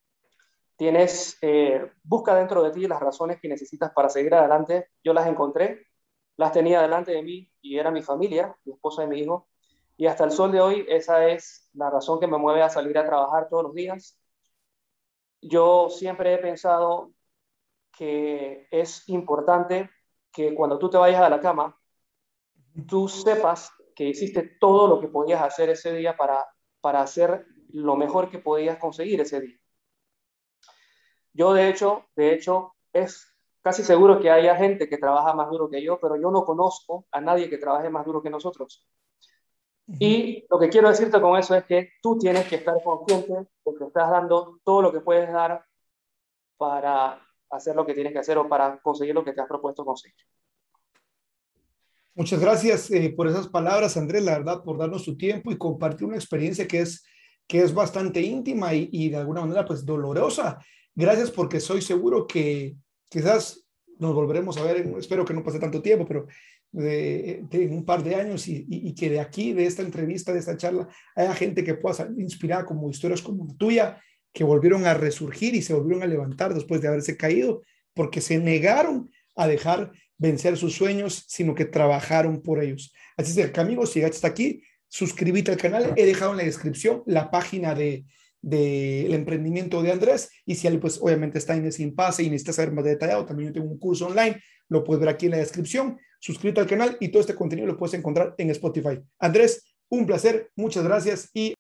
B: Busca dentro de ti las razones que necesitas para seguir adelante. Yo las encontré, las tenía delante de mí y era mi familia, mi esposa y mi hijo. Y hasta el sol de hoy, esa es la razón que me mueve a salir a trabajar todos los días. Yo siempre he pensado que es importante que cuando tú te vayas a la cama, tú sepas que hiciste todo lo que podías hacer ese día para hacer lo mejor que podías conseguir ese día. Yo, de hecho, es casi seguro que haya gente que trabaja más duro que yo, pero yo no conozco a nadie que trabaje más duro que nosotros. Y lo que quiero decirte con eso es que tú tienes que estar consciente de que estás dando todo lo que puedes dar para hacer lo que tienes que hacer o para conseguir lo que te has propuesto conseguir.
A: Muchas gracias por esas palabras, Andrés, la verdad, por darnos tu tiempo y compartir una experiencia que es bastante íntima y de alguna manera pues dolorosa. Gracias porque soy seguro que quizás nos volveremos a ver, espero que no pase tanto tiempo, pero en un par de años y que de aquí, de esta entrevista, de esta charla, haya gente que pueda salir inspirada como historias como la tuya, que volvieron a resurgir y se volvieron a levantar después de haberse caído, porque se negaron a dejar vencer sus sueños, sino que trabajaron por ellos. Así es que, amigos, si llegaste hasta aquí, suscríbete al canal. He dejado en la descripción la página del emprendimiento de Andrés. Y si alguien, pues, obviamente está en ese impasse y necesita saber más detallado, también yo tengo un curso online, lo puedes ver aquí en la descripción. Suscríbete al canal y todo este contenido lo puedes encontrar en Spotify. Andrés, un placer, muchas gracias y